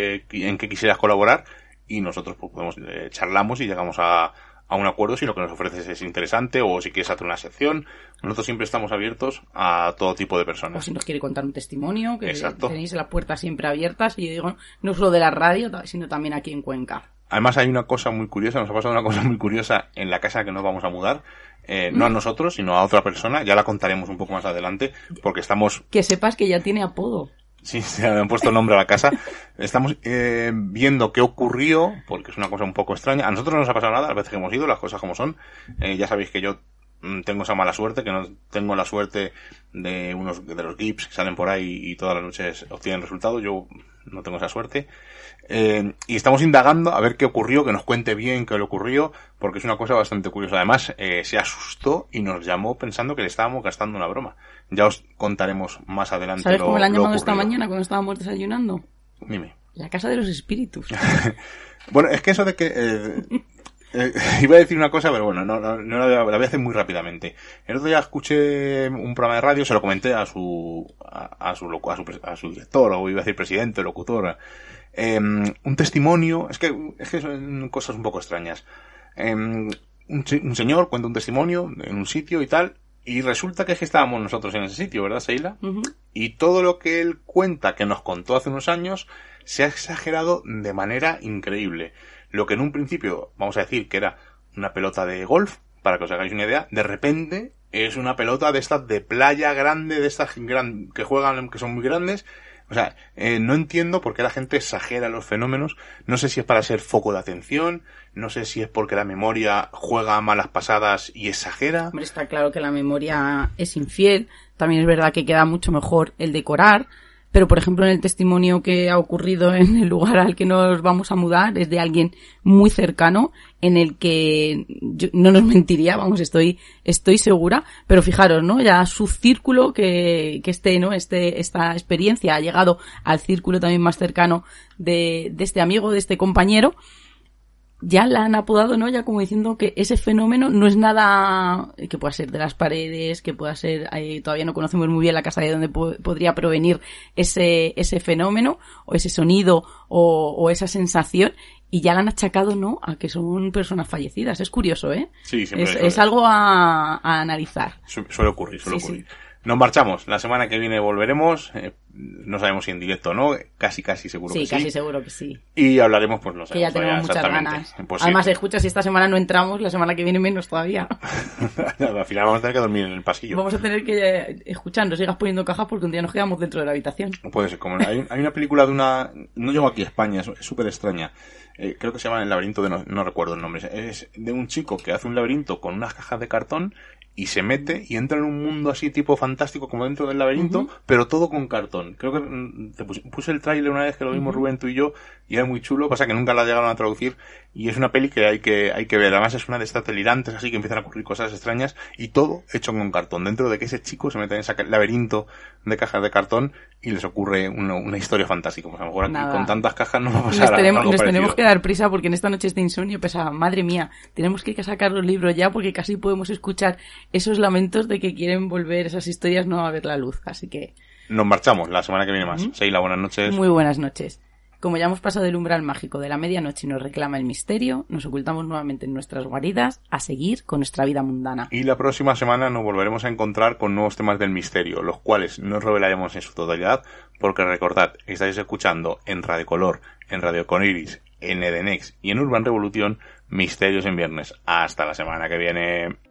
Speaker 2: en qué quisieras colaborar. Y nosotros pues podemos charlamos y llegamos a un acuerdo si lo que nos ofreces es interesante o si quieres hacer una sección. Nosotros siempre estamos abiertos a todo tipo de personas.
Speaker 3: O si nos quiere contar un testimonio, que
Speaker 2: Exacto.
Speaker 3: Tenéis las puertas siempre abiertas. Y yo digo, no solo de la radio, sino también aquí en Cuenca.
Speaker 2: Además hay una cosa muy curiosa, nos ha pasado una cosa muy curiosa en la casa que nos vamos a mudar. No a nosotros, sino a otra persona. Ya la contaremos un poco más adelante, porque estamos...
Speaker 3: Que sepas que ya tiene apodo.
Speaker 2: Sí, se han puesto nombre a la casa. Estamos viendo qué ocurrió, porque es una cosa un poco extraña. A nosotros no nos ha pasado nada, las veces que hemos ido, las cosas como son. Ya sabéis que yo tengo esa mala suerte, que no tengo la suerte de los GIPs que salen por ahí y todas las noches obtienen resultados. Yo no tengo esa suerte. Y estamos indagando a ver qué ocurrió, que nos cuente bien qué le ocurrió, porque es una cosa bastante curiosa. Además, se asustó y nos llamó pensando que le estábamos gastando una broma. Ya os contaremos más adelante.
Speaker 3: ¿Sabes cómo le han llamado esta mañana cuando estábamos desayunando?
Speaker 2: Dime.
Speaker 3: La casa de los espíritus.
Speaker 2: Bueno, es que eso de que... iba a decir una cosa, pero bueno, no la voy a hacer muy rápidamente. El otro día escuché un programa de radio, se lo comenté a su director, o iba a decir presidente, locutor, un testimonio, es que son cosas un poco extrañas. Un señor cuenta un testimonio en un sitio y tal, y resulta que es que estábamos nosotros en ese sitio, ¿verdad, Seila? Uh-huh. Y todo lo que él cuenta, que nos contó hace unos años, se ha exagerado de manera increíble. Lo que en un principio, vamos a decir que era una pelota de golf, para que os hagáis una idea, de repente es una pelota de estas de playa grande, de estas que juegan, que son muy grandes. O sea, no entiendo por qué la gente exagera los fenómenos. No sé si es para ser foco de atención, no sé si es porque la memoria juega a malas pasadas y exagera.
Speaker 3: Hombre, está claro que la memoria es infiel. También es verdad que queda mucho mejor el decorar. Pero, por ejemplo, en el testimonio que ha ocurrido en el lugar al que nos vamos a mudar, es de alguien muy cercano, en el que yo no nos mentiría, vamos, estoy segura, pero fijaros, ¿no? Ya su círculo que esta experiencia ha llegado al círculo también más cercano de este amigo, de este compañero. Ya la han apodado, ¿no? Ya como diciendo que ese fenómeno no es nada que pueda ser de las paredes, que pueda ser, todavía no conocemos muy bien la casa de donde podría provenir ese fenómeno, o ese sonido, o esa sensación, y ya la han achacado, ¿no? A que son personas fallecidas. Es curioso, ¿eh?
Speaker 2: Sí, siempre
Speaker 3: es algo a analizar.
Speaker 2: Suele ocurrir.
Speaker 3: Sí.
Speaker 2: Nos marchamos. La semana que viene volveremos. No sabemos si en directo o no. Casi seguro que sí.
Speaker 3: Sí, casi seguro que sí.
Speaker 2: Y hablaremos, pues no sé.
Speaker 3: Que ya tenemos muchas ganas. Además, escucha, si esta semana no entramos, la semana que viene menos todavía.
Speaker 2: Al final vamos a tener que dormir en el pasillo.
Speaker 3: Vamos a tener que escuchar, no sigas poniendo cajas porque un día nos quedamos dentro de la habitación.
Speaker 2: Puede ser. Como hay una película de una... No llego aquí a España, es súper extraña. Creo que se llama El laberinto de... No recuerdo el nombre. Es de un chico que hace un laberinto con unas cajas de cartón y se mete y entra en un mundo así tipo fantástico como dentro del laberinto, uh-huh, pero todo con cartón. Creo que te puse el tráiler una vez que lo vimos, uh-huh, Rubén, tú y yo, y era muy chulo, pasa que nunca la llegaron a traducir, y es una peli que hay que ver. Además es una de estas delirantes, así que empiezan a ocurrir cosas extrañas, y todo hecho con cartón, dentro de que ese chico se mete en ese laberinto de cajas de cartón y les ocurre una historia fantástica. Pues a lo mejor aquí con tantas cajas no va a pasar
Speaker 3: nos tenemos que dar prisa porque en esta noche de insomnio pensaba, madre mía, tenemos que sacar los libros ya porque casi podemos escuchar esos lamentos de que quieren volver esas historias no a ver la luz, así que...
Speaker 2: Nos marchamos la semana que viene más. Seila, buenas noches.
Speaker 3: Muy buenas noches. Como ya hemos pasado el umbral mágico de la medianoche y nos reclama el misterio, nos ocultamos nuevamente en nuestras guaridas a seguir con nuestra vida mundana.
Speaker 2: Y la próxima semana nos volveremos a encontrar con nuevos temas del misterio, los cuales no revelaremos en su totalidad, porque recordad, estáis escuchando en Radio Color, en Radio Coniris, en Edenex y en Urban Revolución, Misterios en Viernes. Hasta la semana que viene.